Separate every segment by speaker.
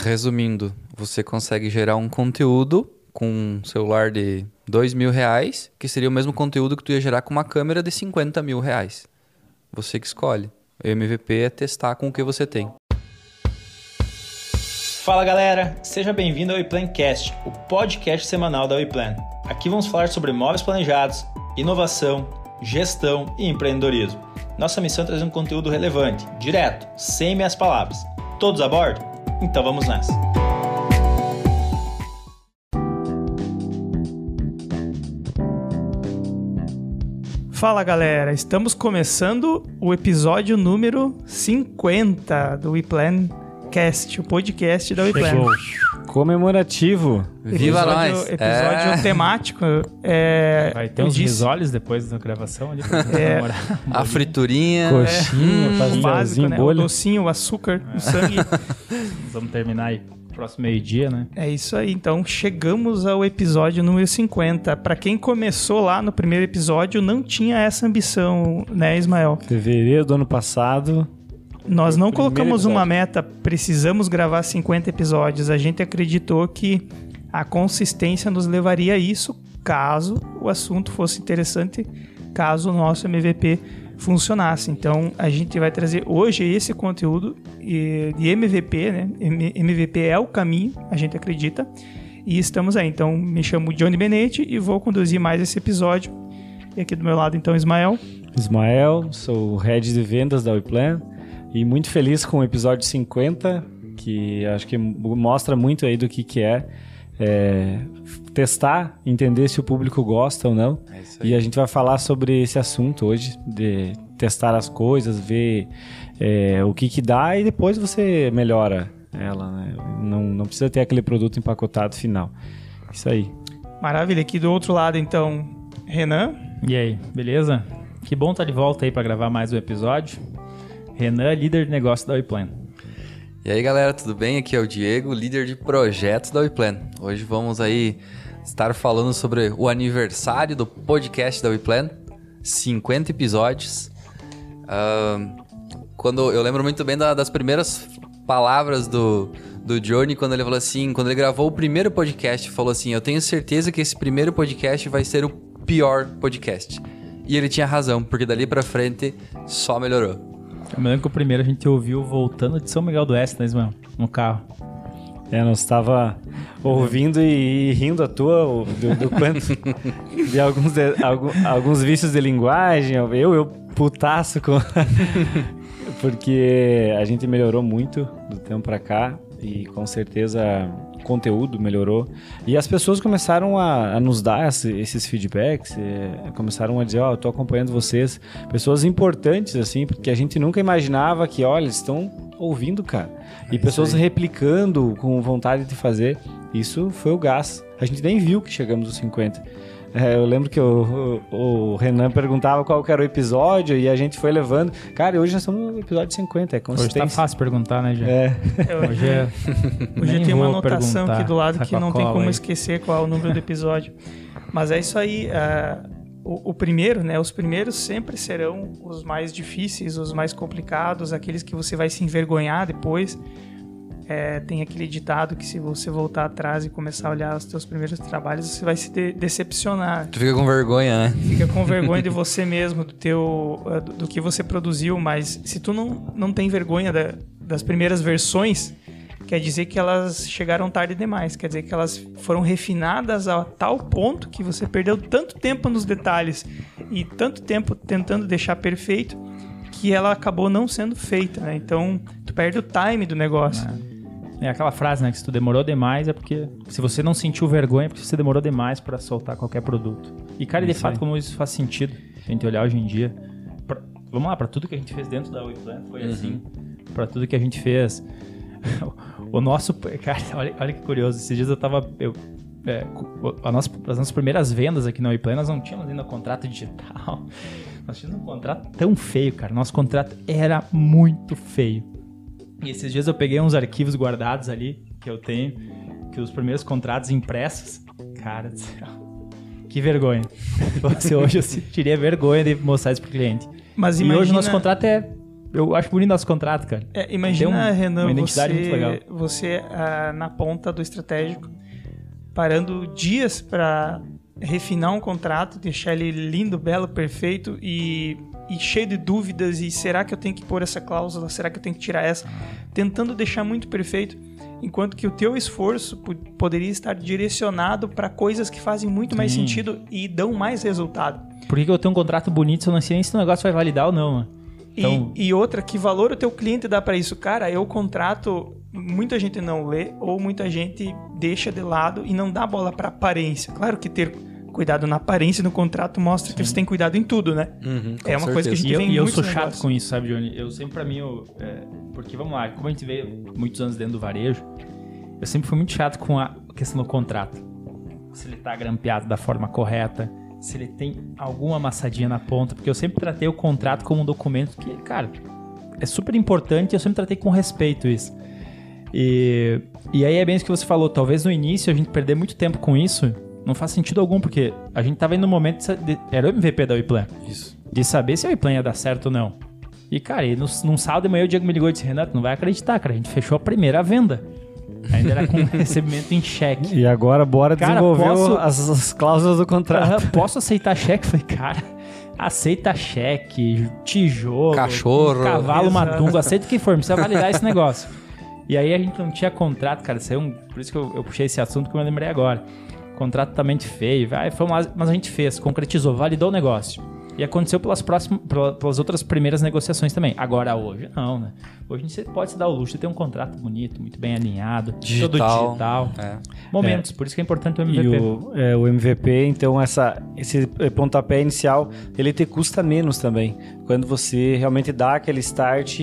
Speaker 1: Resumindo, você consegue gerar um conteúdo com um celular de R$2.000, que seria o mesmo conteúdo que tu ia gerar com uma câmera de R$50.000. Você que escolhe. O MVP é testar com o que você tem.
Speaker 2: Fala galera, seja bem-vindo ao WePlanCast, o podcast semanal da WePlan. Aqui vamos falar sobre imóveis planejados, inovação, gestão e empreendedorismo. Nossa missão é trazer um conteúdo relevante, direto, sem meias palavras. Todos a bordo? Então vamos nessa.
Speaker 3: Fala galera, estamos começando o episódio número 50 do WePlanCast, o podcast da WePlan.
Speaker 4: Chegou. Comemorativo.
Speaker 1: Viva nós!
Speaker 3: Episódio temático.
Speaker 4: Vai ter uns risoles depois da gravação ali pra comemorar.
Speaker 1: A friturinha.
Speaker 4: Coxinha,
Speaker 3: o
Speaker 4: pastelzinho,
Speaker 3: básico, né? O
Speaker 4: bolha.
Speaker 3: docinho, o açúcar, o sangue.
Speaker 4: Vamos terminar aí. Próximo meio-dia, né?
Speaker 3: É isso aí, então chegamos ao episódio número 50. Pra quem começou lá no primeiro episódio, não tinha essa ambição, né, Ismael?
Speaker 4: Fevereiro do ano passado.
Speaker 3: Nós não
Speaker 4: primeiro
Speaker 3: colocamos
Speaker 4: episódio.
Speaker 3: uma meta, precisamos gravar 50 episódios. A gente acreditou que a consistência nos levaria a isso, caso o assunto fosse interessante, caso o nosso MVP funcionasse. Então, a gente vai trazer hoje esse conteúdo de MVP, né? MVP é o caminho, a gente acredita. E estamos aí. Então, me chamo Johnny Benetti e vou conduzir mais esse episódio. E aqui do meu lado, então, Ismael.
Speaker 4: Ismael, sou o Head de Vendas da WePlan. E muito feliz com o episódio 50, que acho que mostra muito aí do que é testar, entender se o público gosta ou não.
Speaker 1: É isso aí.
Speaker 4: E a gente vai falar sobre esse assunto hoje, de testar as coisas, ver o que dá e depois você melhora ela, né? Não precisa ter aquele produto empacotado final. Isso aí.
Speaker 3: Maravilha. Aqui do outro lado, então, Renan.
Speaker 5: E aí, beleza? Que bom estar de volta aí para gravar mais um episódio. Renan, líder de negócio da WePlan.
Speaker 1: E aí galera, tudo bem? Aqui é o Diego, líder de projetos da WePlan. Hoje vamos aí estar falando sobre o aniversário do podcast da WePlan, 50 episódios. Quando eu lembro muito bem das primeiras palavras do Johnny, quando ele falou assim, quando ele gravou o primeiro podcast, falou assim: eu tenho certeza que esse primeiro podcast vai ser o pior podcast. E ele tinha razão, porque dali pra frente só melhorou.
Speaker 5: Eu me lembro que o primeiro a gente ouviu voltando de São Miguel do Oeste, né, Ismael? No carro.
Speaker 4: Nós estava ouvindo e rindo à toa do quanto de alguns vícios de linguagem. Eu putaço com... Porque a gente melhorou muito do tempo pra cá e com certeza o conteúdo melhorou. E as pessoas começaram a nos dar esses feedbacks, começaram a dizer, eu tô acompanhando vocês. Pessoas importantes, assim, porque a gente nunca imaginava que, olha, eles estão ouvindo, cara. E pessoas replicando com vontade de fazer. Isso foi o gás. A gente nem viu que chegamos aos 50. Eu lembro que o Renan perguntava qual que era o episódio e a gente foi levando. Cara, hoje nós estamos no episódio 50, é consistência.
Speaker 5: Hoje tá fácil perguntar, né, Jean?
Speaker 3: Hoje tem uma anotação aqui do lado
Speaker 5: Tá
Speaker 3: que
Speaker 5: com a
Speaker 3: não tem
Speaker 5: cola
Speaker 3: como
Speaker 5: aí.
Speaker 3: esquecer qual é o número do episódio. Mas é isso aí. O primeiro, né? Os primeiros sempre serão os mais difíceis, os mais complicados, aqueles que você vai se envergonhar depois. Tem aquele ditado que se você voltar atrás e começar a olhar os teus primeiros trabalhos, você vai se decepcionar.
Speaker 1: Tu fica com vergonha, né?
Speaker 3: Fica com vergonha de você mesmo, do que você produziu, mas se tu não tem vergonha das primeiras versões, quer dizer que elas chegaram tarde demais, quer dizer que elas foram refinadas a tal ponto que você perdeu tanto tempo nos detalhes e tanto tempo tentando deixar perfeito que ela acabou não sendo feita, né? Então, tu perde o time do negócio.
Speaker 5: É aquela frase, né? Que se tu demorou demais é porque... Se você não sentiu vergonha é porque você demorou demais pra soltar qualquer produto. E, cara, de fato, como isso faz sentido, a gente olhar hoje em dia... Vamos lá, pra tudo que a gente fez dentro da WePlan foi assim. Pra tudo que a gente fez... O nosso... Cara, olha que curioso. Esses dias eu tava... As nossas primeiras vendas aqui na WePlan, nós não tínhamos ainda contrato digital. Nós tínhamos um contrato tão feio, cara. Nosso contrato era muito feio. E esses dias eu peguei uns arquivos guardados ali, que eu tenho, que os primeiros contratos impressos. Cara do céu. Que vergonha. Hoje eu sentiria vergonha de mostrar isso pro cliente.
Speaker 3: Mas
Speaker 5: e
Speaker 3: imagina...
Speaker 5: hoje o nosso contrato é Eu acho bonito nosso contrato, cara.
Speaker 3: Imagina, Renan,
Speaker 5: uma identidade muito legal.
Speaker 3: Você na ponta do estratégico, parando dias para refinar um contrato, deixar ele lindo, belo, perfeito e cheio de dúvidas, e será que eu tenho que pôr essa cláusula, será que eu tenho que tirar essa, tentando deixar muito perfeito, enquanto que o teu esforço poderia estar direcionado para coisas que fazem muito mais sentido e dão mais resultado.
Speaker 5: Por que eu tenho um contrato bonito se eu não sei nem se o negócio vai validar ou não, mano? Então...
Speaker 3: E outra, que valor o teu cliente dá para isso? Cara, eu contrato, muita gente não lê ou muita gente deixa de lado e não dá bola para aparência. Claro que ter cuidado na aparência no contrato mostra que você tem cuidado em tudo, né?
Speaker 1: É
Speaker 3: uma coisa que a gente vê em
Speaker 5: E eu
Speaker 3: muitos
Speaker 5: sou chato
Speaker 3: negócios.
Speaker 5: com isso, sabe, Johnny? Eu sempre, pra mim, porque vamos lá, como a gente veio muitos anos dentro do varejo, eu sempre fui muito chato com a questão do contrato. Se ele tá grampeado da forma correta, se ele tem alguma amassadinha na ponta, porque eu sempre tratei o contrato como um documento que, cara, é super importante e eu sempre tratei com respeito isso. E aí é bem isso que você falou, talvez no início a gente perder muito tempo com isso não faz sentido algum, porque a gente tava indo no momento era o MVP da WePlan.
Speaker 1: Isso.
Speaker 5: De saber se a WePlan ia dar certo ou não. E, cara, num sábado de manhã o Diego me ligou e disse, Renato, não vai acreditar, cara, a gente fechou a primeira venda. Ainda era com recebimento em cheque.
Speaker 4: E agora bora desenvolver as cláusulas do contrato.
Speaker 5: Posso aceitar cheque? Falei, cara, aceita cheque, tijolo,
Speaker 1: cachorro,
Speaker 5: cavalo matungo, aceita o que for, precisa validar esse negócio. E aí a gente não tinha contrato, cara, por isso que eu puxei esse assunto que eu me lembrei agora. Contrato totalmente feio, mas a gente fez, concretizou, validou o negócio. E aconteceu pelas outras primeiras negociações também. Agora hoje, não, né? Hoje você pode se dar o luxo de ter um contrato bonito, muito bem alinhado, todo digital. Momentos, por isso que é importante o MVP.
Speaker 4: E o MVP, então, esse pontapé inicial, ele te custa menos também. Quando você realmente dá aquele start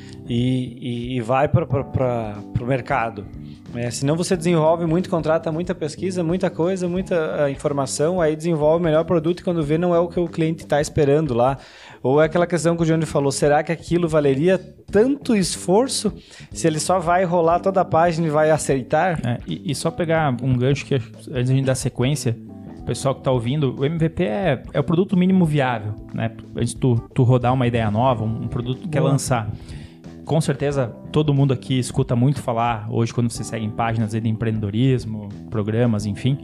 Speaker 4: e vai para o mercado. Senão você desenvolve muito, contrata muita pesquisa, muita coisa, muita informação, aí desenvolve o melhor produto e quando vê não é o que o cliente está esperando lá. Ou é aquela questão que o Johnny falou, será que aquilo valeria tanto esforço se ele só vai rolar toda a página e vai aceitar?
Speaker 5: E só pegar um gancho que antes da gente dar sequência, o pessoal que está ouvindo, o MVP é o produto mínimo viável, né? Antes de tu rodar uma ideia nova, um produto que quer lançar. Com certeza, todo mundo aqui escuta muito falar, hoje quando você segue em páginas de empreendedorismo, programas, enfim.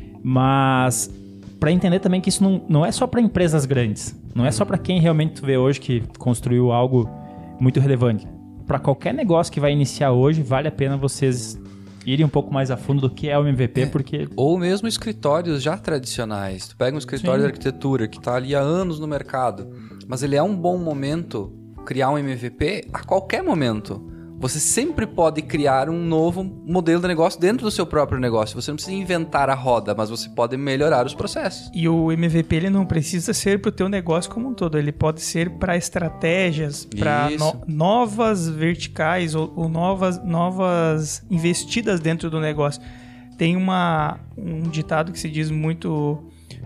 Speaker 5: Mas para entender também que isso não é só para empresas grandes, não é só para quem realmente tu vê hoje que construiu algo muito relevante. Para qualquer negócio que vai iniciar hoje, vale a pena vocês irem um pouco mais a fundo do que é o MVP, porque...
Speaker 1: Ou mesmo escritórios já tradicionais. Tu pega um escritório de arquitetura que está ali há anos no mercado, mas ele é um bom momento... criar um MVP a qualquer momento. Você sempre pode criar um novo modelo de negócio dentro do seu próprio negócio. Você não precisa inventar a roda, mas você pode melhorar os processos.
Speaker 3: E o MVP ele não precisa ser para o teu negócio como um todo. Ele pode ser para estratégias, para novas verticais ou novas investidas dentro do negócio. Tem um ditado que se diz muito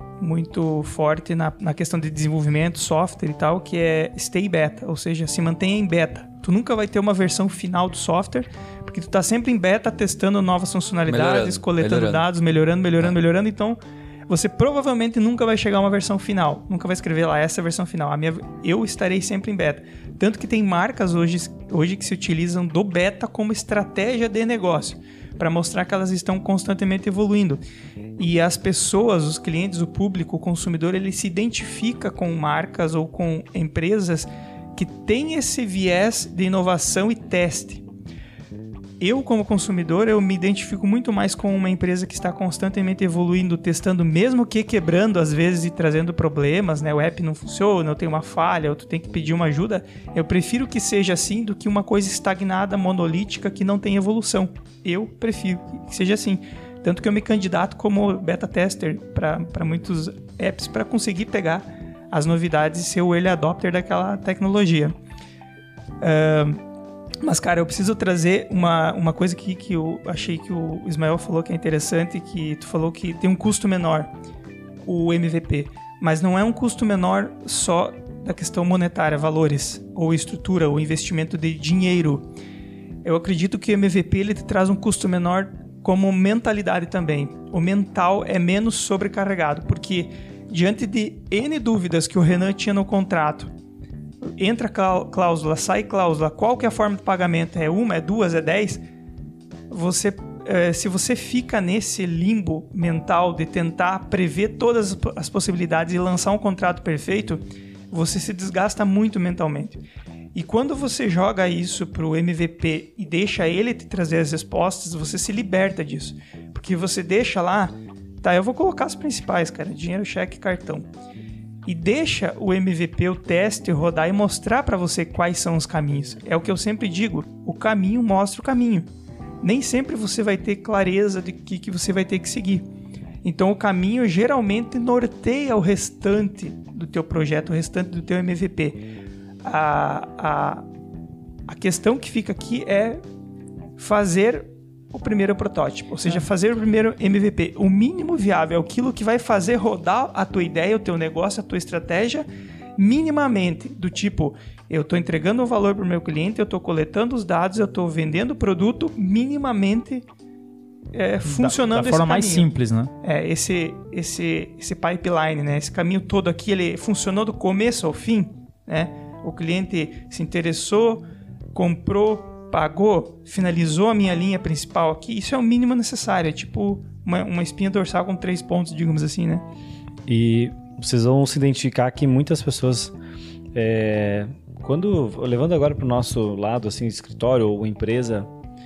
Speaker 3: forte na questão de desenvolvimento, software e tal, que é stay beta, ou seja, se mantenha em beta. Tu nunca vai ter uma versão final do software, porque tu tá sempre em beta testando novas funcionalidades, coletando dados, melhorando, então você provavelmente nunca vai chegar a uma versão final, nunca vai escrever lá essa versão final. Eu estarei sempre em beta. Tanto que tem marcas hoje que se utilizam do beta como estratégia de negócio, para mostrar que elas estão constantemente evoluindo. E as pessoas, os clientes, o público, o consumidor, ele se identifica com marcas ou com empresas que têm esse viés de inovação e teste. Eu, como consumidor, eu me identifico muito mais com uma empresa que está constantemente evoluindo, testando, mesmo que quebrando às vezes e trazendo problemas, né? O app não funciona, eu tenho uma falha, ou tu tem que pedir uma ajuda. Eu prefiro que seja assim do que uma coisa estagnada, monolítica, que não tem evolução. Eu prefiro que seja assim. Tanto que eu me candidato como beta tester para muitos apps para conseguir pegar as novidades e ser o early adopter daquela tecnologia. Mas, cara, eu preciso trazer uma coisa aqui que eu achei que o Ismael falou que é interessante, que tu falou que tem um custo menor, o MVP. Mas não é um custo menor só da questão monetária, valores, ou estrutura, ou investimento de dinheiro. Eu acredito que o MVP ele te traz um custo menor como mentalidade também. O mental é menos sobrecarregado, porque diante de N dúvidas que o Renan tinha no contrato, entra cláusula, sai cláusula, qual que é a forma de pagamento? É 1, é 2, é 10? Se você fica nesse limbo mental de tentar prever todas as possibilidades e lançar um contrato perfeito, você se desgasta muito mentalmente. E quando você joga isso para o MVP e deixa ele te trazer as respostas, você se liberta disso. Porque você deixa lá, tá, eu vou colocar as principais, cara, dinheiro, cheque, cartão. E deixa o MVP, o teste, rodar e mostrar para você quais são os caminhos. É o que eu sempre digo, o caminho mostra o caminho. Nem sempre você vai ter clareza de que você vai ter que seguir. Então o caminho geralmente norteia o restante do teu projeto, o restante do teu MVP. A questão que fica aqui é fazer o primeiro protótipo, ou seja, fazer o primeiro MVP. O mínimo viável é aquilo que vai fazer rodar a tua ideia, o teu negócio, a tua estratégia, minimamente, do tipo, eu estou entregando um valor para o meu cliente, eu estou coletando os dados, eu estou vendendo o produto minimamente funcionando
Speaker 5: da forma mais simples, né?
Speaker 3: Esse pipeline, né? Esse caminho todo aqui, ele funcionou do começo ao fim, né? O cliente se interessou, comprou, pagou, finalizou a minha linha principal aqui. Isso é o mínimo necessário, é tipo uma espinha dorsal com 3 pontos, digamos assim, né?
Speaker 4: E vocês vão se identificar que muitas pessoas, levando agora para o nosso lado, assim, escritório ou empresa,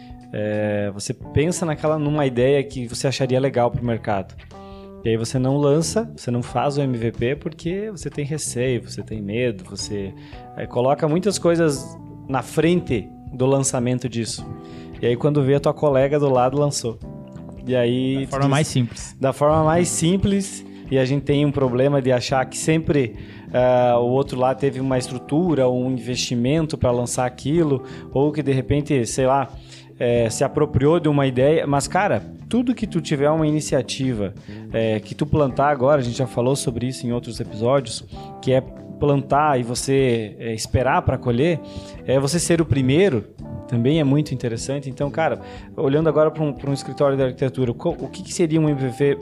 Speaker 4: você pensa numa ideia que você acharia legal para o mercado. E aí você não lança, você não faz o MVP porque você tem receio, você tem medo, você coloca muitas coisas na frente do lançamento disso. E aí quando vê, a tua colega do lado lançou. E aí,
Speaker 5: da forma mais simples.
Speaker 4: Da forma mais simples. E a gente tem um problema de achar que sempre o outro lá teve uma estrutura, um investimento para lançar aquilo, ou que de repente, sei lá, se apropriou de uma ideia. Mas, cara, tudo que tu tiver uma iniciativa, que tu plantar agora, a gente já falou sobre isso em outros episódios, que é plantar e você esperar para colher, você ser o primeiro, também é muito interessante. Então, cara, olhando agora para um escritório de arquitetura, o que seria um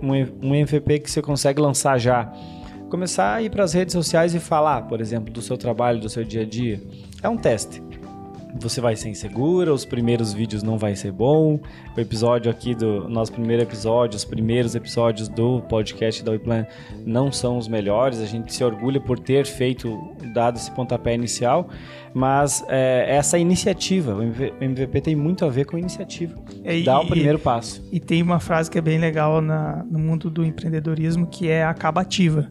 Speaker 4: MVP que você consegue lançar já? Começar a ir para as redes sociais e falar, por exemplo, do seu trabalho, do seu dia a dia. É um teste. Você vai ser insegura, os primeiros vídeos não vai ser bom. O episódio aqui do nosso primeiro episódio, os primeiros episódios do podcast da WePlan não são os melhores. A gente se orgulha por ter dado esse pontapé inicial, mas essa iniciativa, o MVP tem muito a ver com iniciativa. Dá o primeiro passo.
Speaker 3: E tem uma frase que é bem legal no mundo do empreendedorismo, que é a acabativa.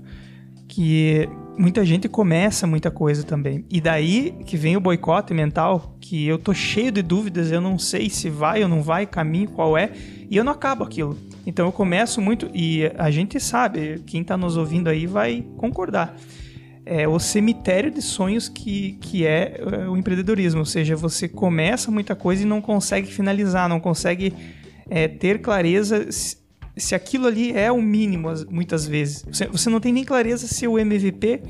Speaker 3: Que muita gente começa muita coisa também. E daí que vem o boicote mental, que eu tô cheio de dúvidas, eu não sei se vai ou não vai, caminho qual é, e eu não acabo aquilo. Então eu começo muito, e a gente sabe, quem tá nos ouvindo aí vai concordar. É o cemitério de sonhos que é o empreendedorismo. Ou seja, você começa muita coisa e não consegue finalizar, não consegue ter clareza se aquilo ali é o mínimo, muitas vezes. Você não tem nem clareza se o MVP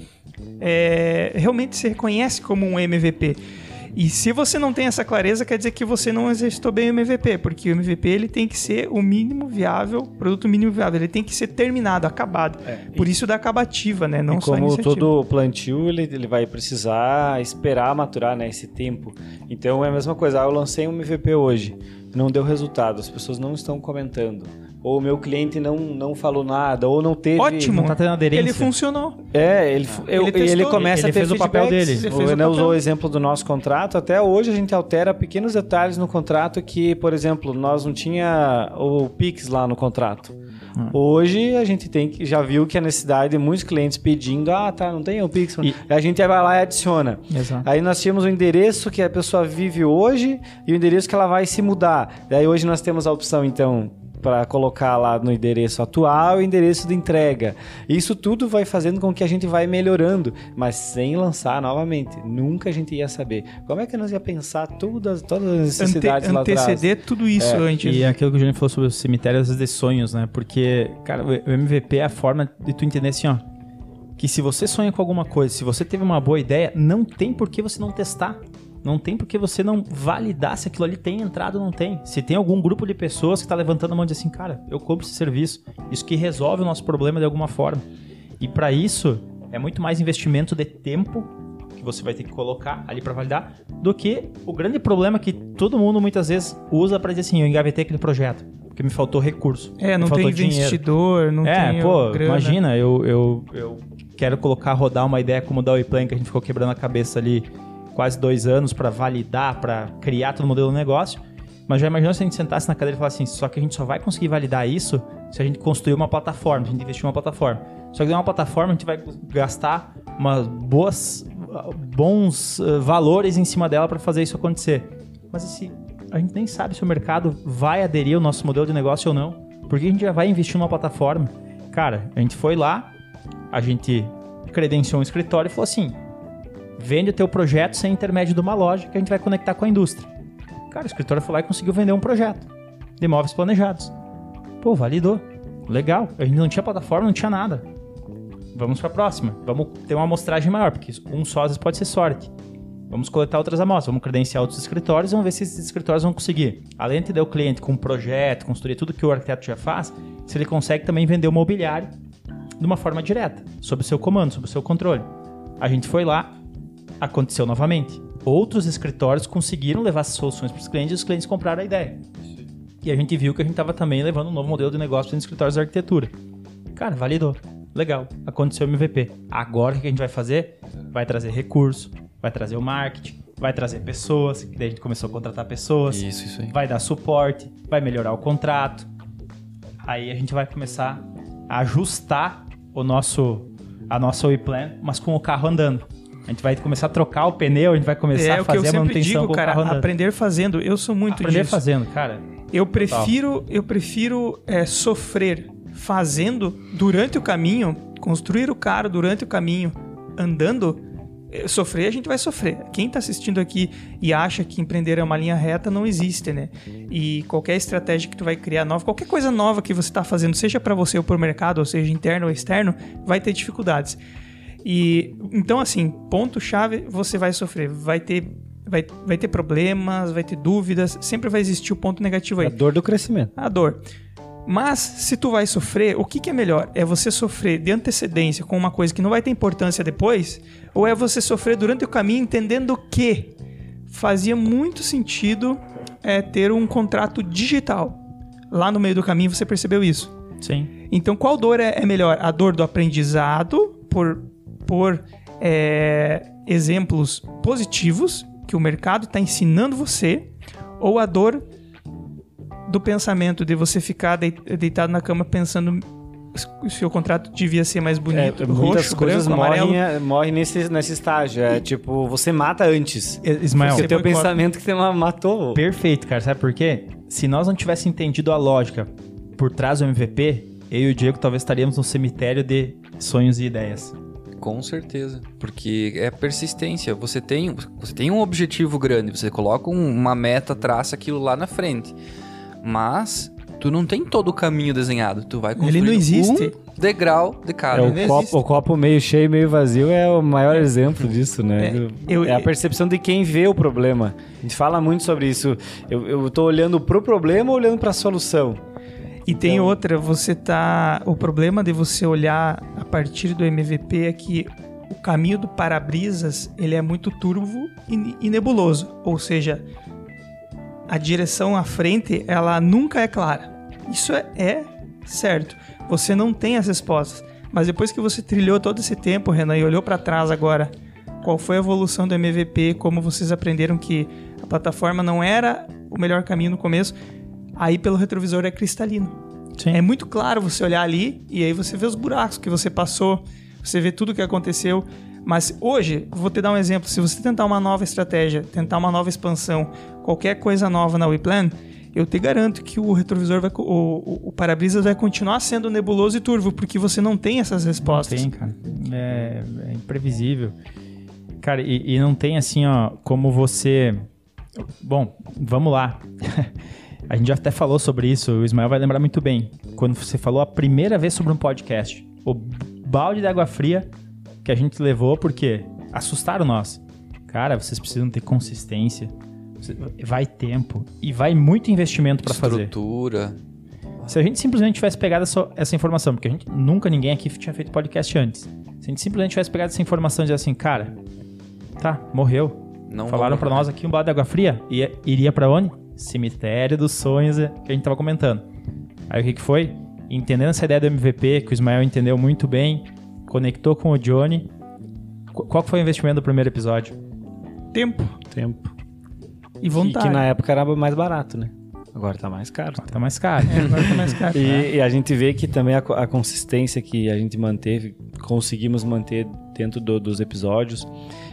Speaker 3: realmente se reconhece como um MVP. E se você não tem essa clareza, quer dizer que você não exercitou bem o MVP, porque o MVP ele tem que ser o mínimo viável, produto mínimo viável, ele tem que ser terminado, acabado. Por isso da acabativa, né? Não só a iniciativa.
Speaker 4: Como todo plantio, ele vai precisar esperar maturar, né, esse tempo. Então é a mesma coisa, eu lancei um MVP hoje, não deu resultado, as pessoas não estão comentando. Ou o meu cliente não falou nada, ou não teve...
Speaker 3: Ótimo,
Speaker 5: não tá tendo aderência.
Speaker 3: Ele funcionou.
Speaker 4: Ele começa a ter
Speaker 5: fez o papel dele.
Speaker 4: Ele usou o exemplo do nosso contrato. Até hoje a gente altera pequenos detalhes no contrato que, por exemplo, nós não tinha o Pix lá no contrato. Hoje a gente já viu que a necessidade de muitos clientes pedindo, não tem o Pix. A gente vai lá e adiciona.
Speaker 5: Exato.
Speaker 4: Aí nós tínhamos o endereço que a pessoa vive hoje e o endereço que ela vai se mudar. Daí hoje nós temos a opção, então, para colocar lá no endereço atual e endereço de entrega. Isso tudo vai fazendo com que a gente vai melhorando, mas sem lançar novamente. Nunca a gente ia saber. Como é que nós ia pensar todas as necessidades lá atrás?
Speaker 3: Anteceder tudo isso antes.
Speaker 5: E aquilo que o Júnior falou sobre os cemitérios de sonhos, né? Porque, cara, o MVP é a forma de tu entender assim, ó, que se você sonha com alguma coisa, se você teve uma boa ideia, não tem por que você não testar. Não tem porque você não validar se aquilo ali tem entrado ou não tem. Se tem algum grupo de pessoas que está levantando a mão e diz assim, cara, eu compro esse serviço. Isso que resolve o nosso problema de alguma forma. E para isso, é muito mais investimento de tempo que você vai ter que colocar ali para validar, do que o grande problema que todo mundo muitas vezes usa para dizer assim, eu engavetei aquele projeto, porque me faltou recurso.
Speaker 3: Não tem investidor, não tem grana.
Speaker 5: Imagina, eu quero rodar uma ideia como o da WePlan, que a gente ficou quebrando a cabeça ali quase 2 anos para validar, para criar todo o modelo do negócio. Mas já imaginou se a gente sentasse na cadeira e falasse assim, só que a gente só vai conseguir validar isso se a gente construir uma plataforma, se a gente investir em uma plataforma. Só que em uma plataforma a gente vai gastar bons valores em cima dela para fazer isso acontecer. Mas a gente nem sabe se o mercado vai aderir ao nosso modelo de negócio ou não. Porque a gente já vai investir numa plataforma. Cara, a gente foi lá, a gente credenciou um escritório e falou assim, vende o teu projeto sem intermédio de uma loja que a gente vai conectar com a indústria. Cara, o escritório foi lá e conseguiu vender um projeto de imóveis planejados. Pô, validou. Legal. A gente não tinha plataforma, não tinha nada. Vamos para a próxima. Vamos ter uma amostragem maior, porque um só às vezes pode ser sorte. Vamos coletar outras amostras, vamos credenciar outros escritórios e vamos ver se esses escritórios vão conseguir. Além de ter o cliente com um projeto, construir tudo que o arquiteto já faz, se ele consegue também vender o mobiliário de uma forma direta, sob o seu comando, sob o seu controle. A gente foi lá, aconteceu novamente. Outros escritórios conseguiram levar essas soluções para os clientes e os clientes compraram a ideia. E a gente viu que a gente estava também levando um novo modelo de negócio para os escritórios de arquitetura. Cara, validou. Legal. Aconteceu o MVP. Agora o que a gente vai fazer? Vai trazer recurso, vai trazer o marketing, vai trazer pessoas, que daí a gente começou a contratar pessoas.
Speaker 1: Isso aí.
Speaker 5: Vai dar suporte, vai melhorar o contrato. Aí a gente vai começar a ajustar a nossa WePlan, mas com o carro andando. A gente vai começar a trocar o pneu, a gente vai começar a fazer a manutenção com o carro andando.
Speaker 3: Aprender fazendo. Eu sou muito disso.
Speaker 5: Aprender fazendo, cara.
Speaker 3: Eu prefiro sofrer fazendo durante o caminho, construir o carro durante o caminho, andando. Sofrer, a gente vai sofrer. Quem está assistindo aqui e acha que empreender é uma linha reta, não existe, né? E qualquer estratégia que tu vai criar nova, qualquer coisa nova que você está fazendo, seja para você ou para o mercado, ou seja, interno ou externo, vai ter dificuldades. E então, assim, ponto-chave, você vai sofrer, vai ter problemas, vai ter dúvidas, sempre vai existir o ponto negativo aí.
Speaker 4: A dor do crescimento.
Speaker 3: A dor. Mas, se tu vai sofrer, o que é melhor? É você sofrer de antecedência com uma coisa que não vai ter importância depois? Ou é você sofrer durante o caminho entendendo que fazia muito sentido ter um contrato digital? Lá no meio do caminho você percebeu isso?
Speaker 5: Sim.
Speaker 3: Então, qual dor é melhor? A dor do aprendizado por exemplos positivos que o mercado está ensinando você, ou a dor do pensamento de você ficar deitado na cama pensando se o contrato devia ser mais bonito, roxo, branco, amarelo.
Speaker 4: Morrem nesse estágio. Tipo, você mata antes.
Speaker 5: Ismael,
Speaker 4: porque o teu pensamento que você matou.
Speaker 5: Perfeito, cara. Sabe por quê? Se nós não tivéssemos entendido a lógica por trás do MVP, eu e o Diego talvez estaríamos no cemitério de sonhos e ideias.
Speaker 1: Com certeza, porque é persistência. Você tem um objetivo grande, você coloca uma meta, traça aquilo lá na frente. Mas tu não tem todo o caminho desenhado. Tu vai construir um degrau de cada.
Speaker 4: O copo meio cheio, meio vazio é o maior exemplo disso, né? É a percepção de quem vê o problema. A gente fala muito sobre isso. Eu tô olhando pro problema ou olhando pra solução?
Speaker 3: E tem outra, o problema de você olhar a partir do MVP é que o caminho do para-brisas, ele é muito turvo e nebuloso. Ou seja, a direção à frente, ela nunca é clara. Isso é certo. Você não tem as respostas. Mas depois que você trilhou todo esse tempo, Renan, e olhou para trás agora, qual foi a evolução do MVP, como vocês aprenderam que a plataforma não era o melhor caminho no começo, aí pelo retrovisor é cristalino. Sim. É muito claro você olhar ali e aí você vê os buracos que você passou, você vê tudo o que aconteceu. Mas hoje, vou te dar um exemplo, se você tentar uma nova estratégia, tentar uma nova expansão, qualquer coisa nova na WePlan, eu te garanto que o retrovisor, o para-brisas vai continuar sendo nebuloso e turvo, porque você não tem essas respostas.
Speaker 5: Não tem, cara. É imprevisível. Cara, e não tem assim, ó, como você... Bom, vamos lá. A gente já até falou sobre isso, o Ismael vai lembrar muito bem. Quando você falou a primeira vez sobre um podcast, o balde de água fria que a gente levou, porque assustaram nós. Cara, vocês precisam ter consistência, vai tempo e vai muito investimento para fazer.
Speaker 1: Estrutura.
Speaker 5: Se a gente simplesmente tivesse pegado essa informação, porque ninguém aqui tinha feito podcast antes. Se a gente simplesmente tivesse pegado essa informação e dizer assim, cara, Tá, morreu.
Speaker 1: Não
Speaker 5: Falaram pra nós aqui um balde de água fria. Iria pra onde? Cemitério dos sonhos que a gente tava comentando. Aí o que foi? Entendendo essa ideia do MVP, que o Ismael entendeu muito bem, conectou com o Johnny. Qual que foi o investimento do primeiro episódio?
Speaker 3: Tempo e vontade.
Speaker 4: Que na época era mais barato, né? Agora tá mais caro.
Speaker 5: Tá mais caro.
Speaker 3: Agora tá mais caro.
Speaker 4: E a gente vê que também a consistência que a gente manteve, conseguimos manter dentro dos episódios.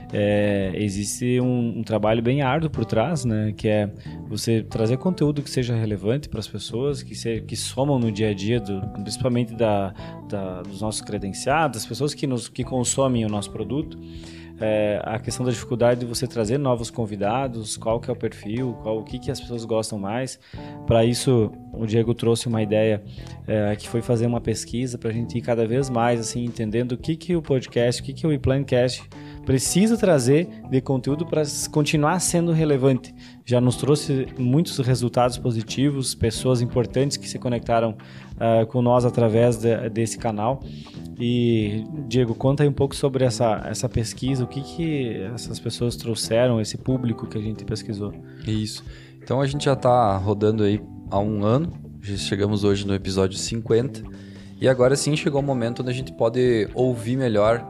Speaker 4: Existe um trabalho bem árduo por trás, né? Que é você trazer conteúdo que seja relevante para as pessoas, que somam no dia a dia, principalmente dos nossos credenciados, das pessoas que consomem o nosso produto. A questão da dificuldade de você trazer novos convidados, qual que é o perfil, o que as pessoas gostam mais. Para isso, o Diego trouxe uma ideia que foi fazer uma pesquisa para a gente ir cada vez mais assim, entendendo o que o podcast, o que o WePlanCast precisa trazer de conteúdo para continuar sendo relevante. Já nos trouxe muitos resultados positivos, pessoas importantes que se conectaram com nós através desse canal. E, Diego, conta aí um pouco sobre essa pesquisa, o que essas pessoas trouxeram, esse público que a gente pesquisou.
Speaker 1: Isso. Então a gente já está rodando aí há um ano, já chegamos hoje no episódio 50, e agora sim chegou o momento onde a gente pode ouvir melhor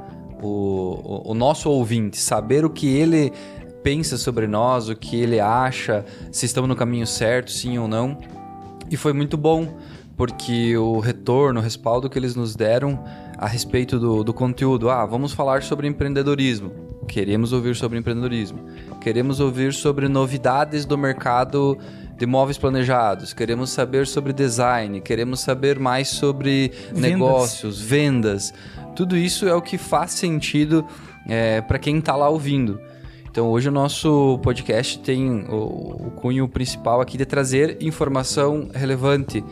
Speaker 1: o nosso ouvinte, saber o que ele pensa sobre nós, o que ele acha, se estamos no caminho certo, sim ou não. E foi muito bom, porque o retorno, o respaldo que eles nos deram a respeito do conteúdo. Vamos falar sobre empreendedorismo. Queremos ouvir sobre empreendedorismo. Queremos ouvir sobre novidades do mercado de móveis planejados. Queremos saber sobre design. Queremos saber mais sobre negócios, vendas. Tudo isso é o que faz sentido para quem está lá ouvindo. Então, hoje o nosso podcast tem o cunho principal aqui de trazer informação relevante.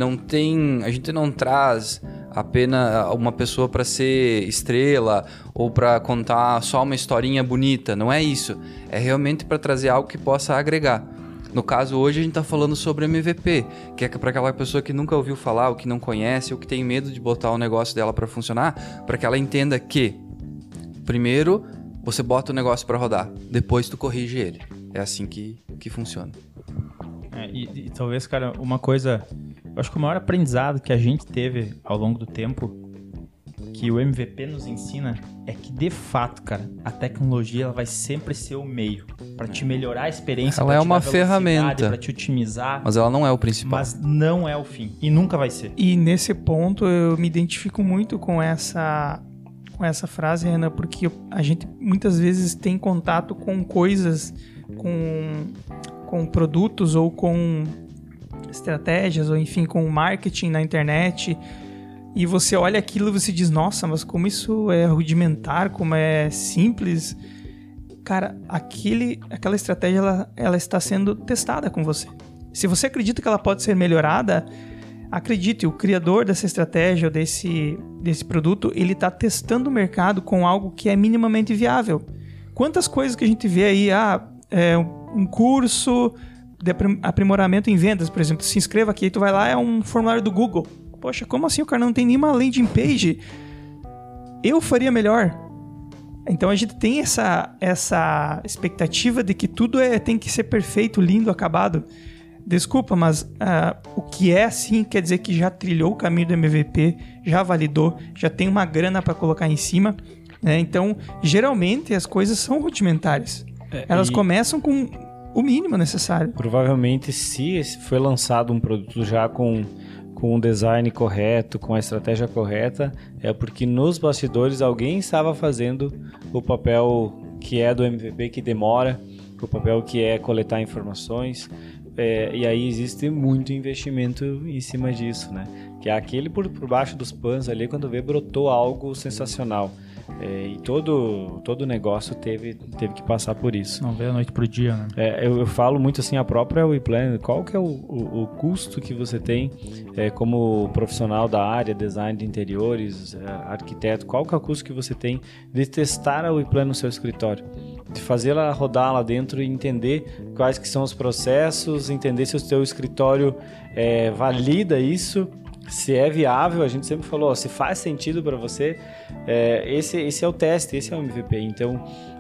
Speaker 1: A gente não traz apenas uma pessoa para ser estrela ou para contar só uma historinha bonita. Não é isso. É realmente para trazer algo que possa agregar. No caso, hoje a gente está falando sobre MVP, que é para aquela pessoa que nunca ouviu falar, ou que não conhece, ou que tem medo de botar o negócio dela para funcionar, para que ela entenda que, primeiro, você bota o negócio para rodar, depois tu corrige ele. É assim que funciona.
Speaker 5: E talvez, cara, uma coisa... Eu acho que o maior aprendizado que a gente teve ao longo do tempo, que o MVP nos ensina, é que, de fato, cara, a tecnologia ela vai sempre ser o meio para te melhorar a experiência.
Speaker 1: Ela é uma ferramenta.
Speaker 5: Para te otimizar.
Speaker 1: Mas ela não é o principal.
Speaker 5: Mas não é o fim. E nunca vai ser.
Speaker 3: E nesse ponto eu me identifico muito com essa frase, Renan, porque a gente muitas vezes tem contato com coisas, com produtos ou com estratégias, ou enfim, com marketing na internet, e você olha aquilo e você diz, nossa, mas como isso é rudimentar, como é simples. Cara, aquela estratégia ela está sendo testada com você. Se você acredita que ela pode ser melhorada, acredite, o criador dessa estratégia ou desse produto, ele está testando o mercado com algo que é minimamente viável. Quantas coisas que a gente vê aí, um curso de aprimoramento em vendas, por exemplo, se inscreva aqui, tu vai lá, é um formulário do Google. Poxa, como assim o cara não tem nenhuma landing page? Eu faria melhor. Então a gente tem essa expectativa de que tudo tem que ser perfeito, lindo, acabado. Desculpa, mas o que é assim quer dizer que já trilhou o caminho do MVP, já validou, já tem uma grana para colocar em cima, né? Então, geralmente as coisas são rudimentares. Elas começam com o mínimo necessário.
Speaker 4: Provavelmente, se foi lançado um produto já com um design correto, com a estratégia correta, é porque nos bastidores alguém estava fazendo o papel que é do MVP, que demora, o papel que é coletar informações, e aí existe muito investimento em cima disso, né? Que é aquele por baixo dos panos ali, quando vê, brotou algo sensacional. E todo negócio teve que passar por isso.
Speaker 5: Não veio a noite pro dia, né?
Speaker 4: Eu falo muito assim, a própria WePlan, qual que é o custo que você tem como profissional da área, design de interiores, arquiteto, qual que é o custo que você tem de testar a WePlan no seu escritório? De fazer ela rodar lá dentro e entender quais que são os processos, entender se o seu escritório valida isso, se é viável. A gente sempre falou, se faz sentido para você, esse é o teste, esse é o MVP. Então,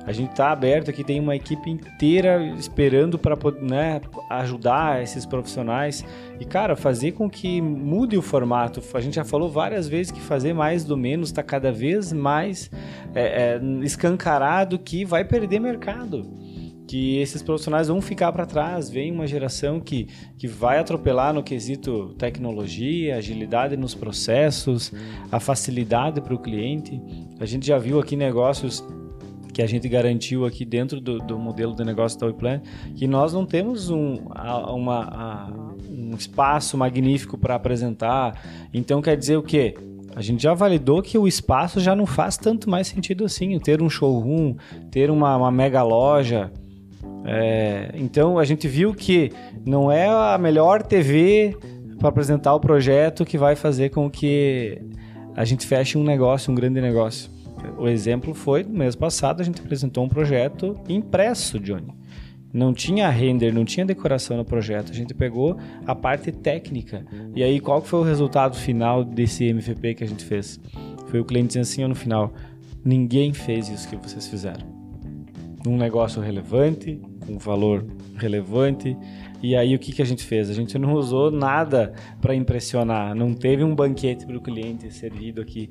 Speaker 4: A gente está aberto aqui, tem uma equipe inteira esperando para, né, ajudar esses profissionais e, cara, fazer com que mude o formato. A gente já falou várias vezes que fazer mais do menos está cada vez mais escancarado que vai perder mercado. Que esses profissionais vão ficar para trás. Vem uma geração que vai atropelar no quesito tecnologia, agilidade nos processos, a facilidade para o cliente. A gente já viu aqui negócios que a gente garantiu aqui dentro do modelo de negócio da Oiplan, que nós não temos um espaço magnífico para apresentar. Então quer dizer o quê? A gente já validou que o espaço já não faz tanto mais sentido assim. Ter um showroom, ter uma mega loja. Então a gente viu que não é a melhor TV para apresentar o projeto que vai fazer com que a gente feche um negócio, um grande negócio. O exemplo foi, no mês passado, a gente apresentou um projeto impresso, Johnny. Não tinha render, não tinha decoração no projeto. A gente pegou a parte técnica. E aí, qual que foi o resultado final desse MVP que a gente fez? Foi o cliente dizendo assim, no final, ninguém fez isso que vocês fizeram. Um negócio relevante, com valor relevante. E aí, o que a gente fez? A gente não usou nada para impressionar. Não teve um banquete para o cliente servido aqui.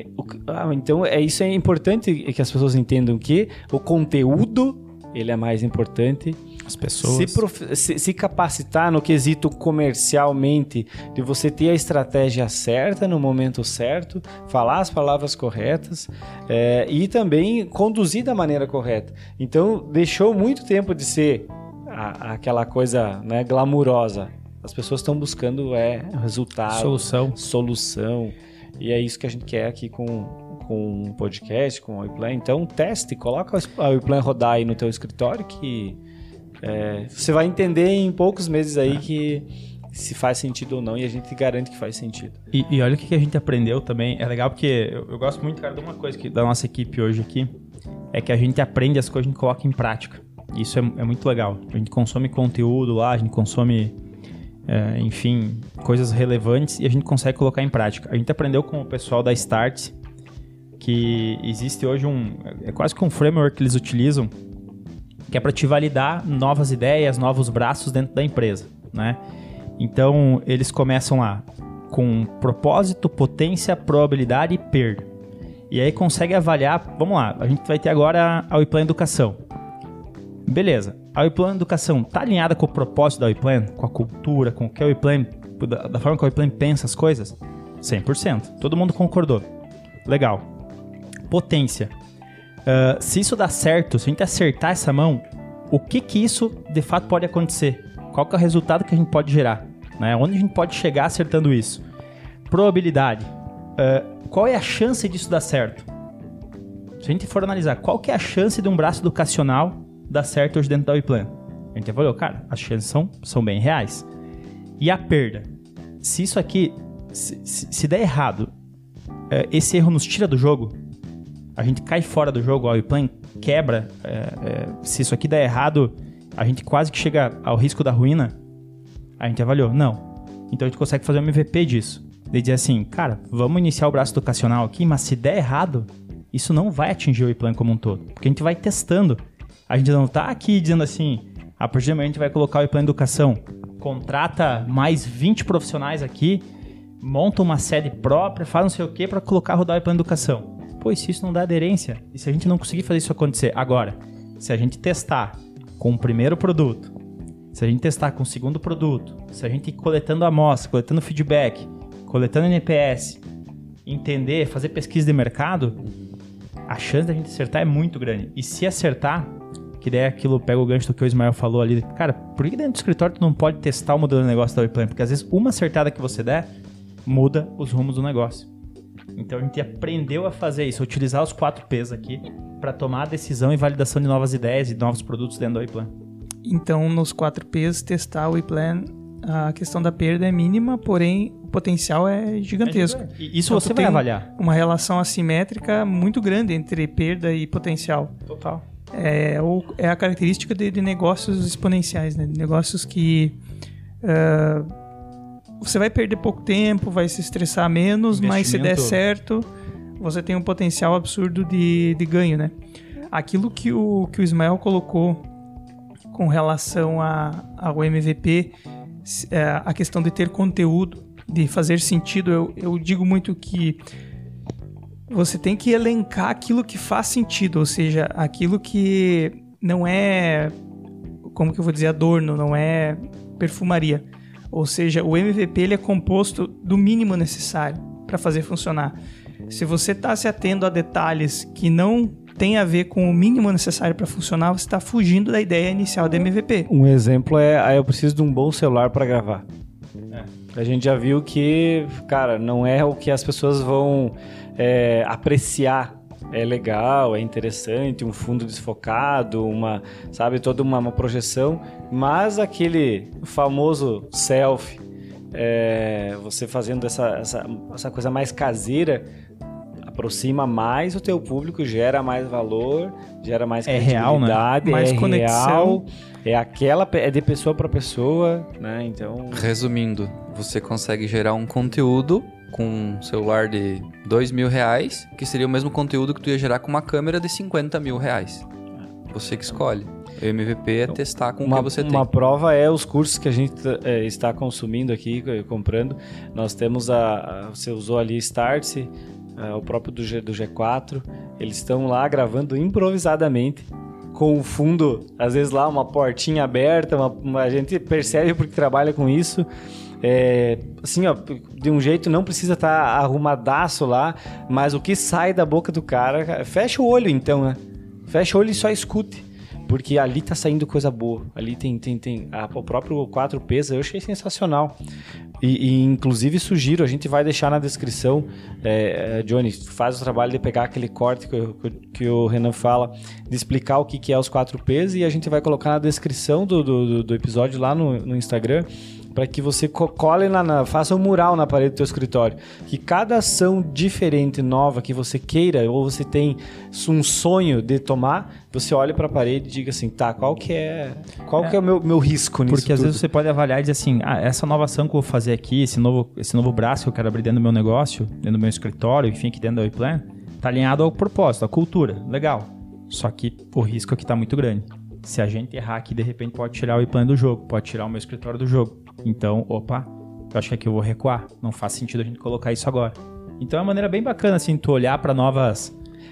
Speaker 4: Então, isso é importante que as pessoas entendam que o conteúdo ele é mais importante.
Speaker 5: As pessoas
Speaker 4: se capacitar no quesito comercialmente, de você ter a estratégia certa no momento certo, falar as palavras corretas e também conduzir da maneira correta. Então, deixou muito tempo de ser aquela coisa, né, glamurosa. As pessoas estão buscando resultado, solução. E é isso que a gente quer aqui com um podcast, com a Oiplan. Então, teste, coloca a Oiplan rodar aí no teu escritório que você vai entender em poucos meses aí que se faz sentido ou não, e a gente garante que faz sentido.
Speaker 5: E olha o que a gente aprendeu também. É legal porque eu gosto muito, cara, de uma coisa da nossa equipe hoje aqui, é que a gente aprende as coisas e a gente coloca em prática. Isso é muito legal. A gente consome conteúdo lá, a gente consome, enfim, coisas relevantes e a gente consegue colocar em prática. A gente aprendeu com o pessoal da Start que existe hoje quase que um framework que eles utilizam, que é para te validar novas ideias, novos braços dentro da empresa, né? Então, eles começam lá com propósito, potência, probabilidade e perda. E aí consegue avaliar, vamos lá, a gente vai ter agora a Oiplan Educação. Beleza, a Oiplan Educação está alinhada com o propósito da Oiplan, com a cultura, com o que a Oiplan, da forma que a Oiplan pensa as coisas? 100%. Todo mundo concordou. Legal. Potência. Se isso dá certo, se a gente acertar essa mão, o que isso de fato pode acontecer? Qual que é o resultado que a gente pode gerar? Né? Onde a gente pode chegar acertando isso? Probabilidade. Qual é a chance disso dar certo? Se a gente for analisar, qual que é a chance de um braço educacional dar certo hoje dentro da Oiplan? A gente avaliou, cara, as chances são bem reais. E a perda? Se isso aqui, se der errado, esse erro nos tira do jogo, a gente cai fora do jogo, a Oiplan quebra, se isso aqui der errado, a gente quase que chega ao risco da ruína, a gente avaliou, não. Então a gente consegue fazer um MVP disso. De dizer assim, cara, vamos iniciar o braço educacional aqui, mas se der errado, isso não vai atingir o Oiplan como um todo, porque a gente vai testando. A gente não tá aqui dizendo assim, a partir do momento a gente vai colocar o Oiplan Educação, contrata mais 20 profissionais aqui, monta uma sede própria, faz não sei o que para colocar rodar o Oiplan Educação. Pô, e se isso não dá aderência? E se a gente não conseguir fazer isso acontecer? Agora, se a gente testar com o primeiro produto, se a gente testar com o segundo produto, se a gente ir coletando amostra, coletando feedback, coletando NPS, entender, fazer pesquisa de mercado, a chance da gente acertar é muito grande. E se acertar, que daí aquilo pega o gancho do que o Ismael falou ali, cara, por que dentro do escritório tu não pode testar o modelo de negócio da Oiplan? Porque às vezes uma acertada que você der, muda os rumos do negócio. Então a gente aprendeu a fazer isso, a utilizar os 4 P's aqui para tomar a decisão e validação de novas ideias e novos produtos dentro da Oiplan.
Speaker 3: Então, nos 4 P's, testar o Oiplan, a questão da perda é mínima, porém o potencial é gigantesco.
Speaker 5: E isso então, você vai avaliar.
Speaker 3: Uma relação assimétrica muito grande entre perda e potencial.
Speaker 5: Total.
Speaker 3: É a característica de negócios exponenciais, né? Negócios que você vai perder pouco tempo, vai se estressar menos, mas se der certo, você tem um potencial absurdo de ganho, né? aquilo que o Ismael colocou com relação ao MVP, a questão de ter conteúdo, de fazer sentido, eu digo muito que você tem que elencar aquilo que faz sentido, ou seja, aquilo que não é, como que eu vou dizer, adorno, não é perfumaria. Ou seja, o MVP ele é composto do mínimo necessário para fazer funcionar. Se você está se atendo a detalhes que não tem a ver com o mínimo necessário para funcionar, você está fugindo da ideia inicial do MVP.
Speaker 4: Um exemplo eu preciso de um bom celular para gravar. A gente já viu que, cara, não é o que as pessoas vão apreciar. É legal, é interessante, um fundo desfocado, toda uma projeção, mas aquele famoso selfie, você fazendo essa coisa mais caseira, aproxima mais o teu público, gera mais valor, gera mais credibilidade,
Speaker 3: real, né? Mais conexão.
Speaker 4: É de pessoa para pessoa, né? Então,
Speaker 1: resumindo, você consegue gerar um conteúdo com um celular de R$2.000, que seria o mesmo conteúdo que tu ia gerar com uma câmera de R$50.000. Você que escolhe. O MVP é testar com o que você tem. Uma
Speaker 4: prova é os cursos que a gente está consumindo aqui, comprando. Nós temos você usou ali Startse, o próprio do G4. Eles estão lá gravando improvisadamente, com o fundo, às vezes lá uma portinha aberta, a gente percebe porque trabalha com isso. Assim, ó, de um jeito não precisa estar arrumadaço lá, mas o que sai da boca do cara, fecha o olho então, né? Fecha o olho e só escute, porque ali tá saindo coisa boa. Ali tem o próprio 4Ps, eu achei sensacional. E inclusive sugiro, a gente vai deixar na descrição, Johnny, faz o trabalho de pegar aquele corte que o Renan fala, de explicar o que é os 4Ps, e a gente vai colocar na descrição do episódio lá no Instagram, para que você cole faça um mural na parede do teu escritório. Que cada ação diferente, nova, que você queira, ou você tem um sonho de tomar, você olha para a parede e diga assim, tá, qual que é o meu risco nisso?
Speaker 5: Porque às vezes você pode avaliar e dizer assim, essa nova ação que eu vou fazer aqui, esse novo braço que eu quero abrir dentro do meu negócio, dentro do meu escritório, enfim, aqui dentro da WePlan, tá alinhado ao propósito, à cultura, legal. Só que o risco aqui tá muito grande. Se a gente errar aqui, de repente pode tirar o WePlan do jogo, pode tirar o meu escritório do jogo. Então, eu acho que aqui eu vou recuar. Não faz sentido a gente colocar isso agora. Então é uma maneira bem bacana, assim, tu olhar para novas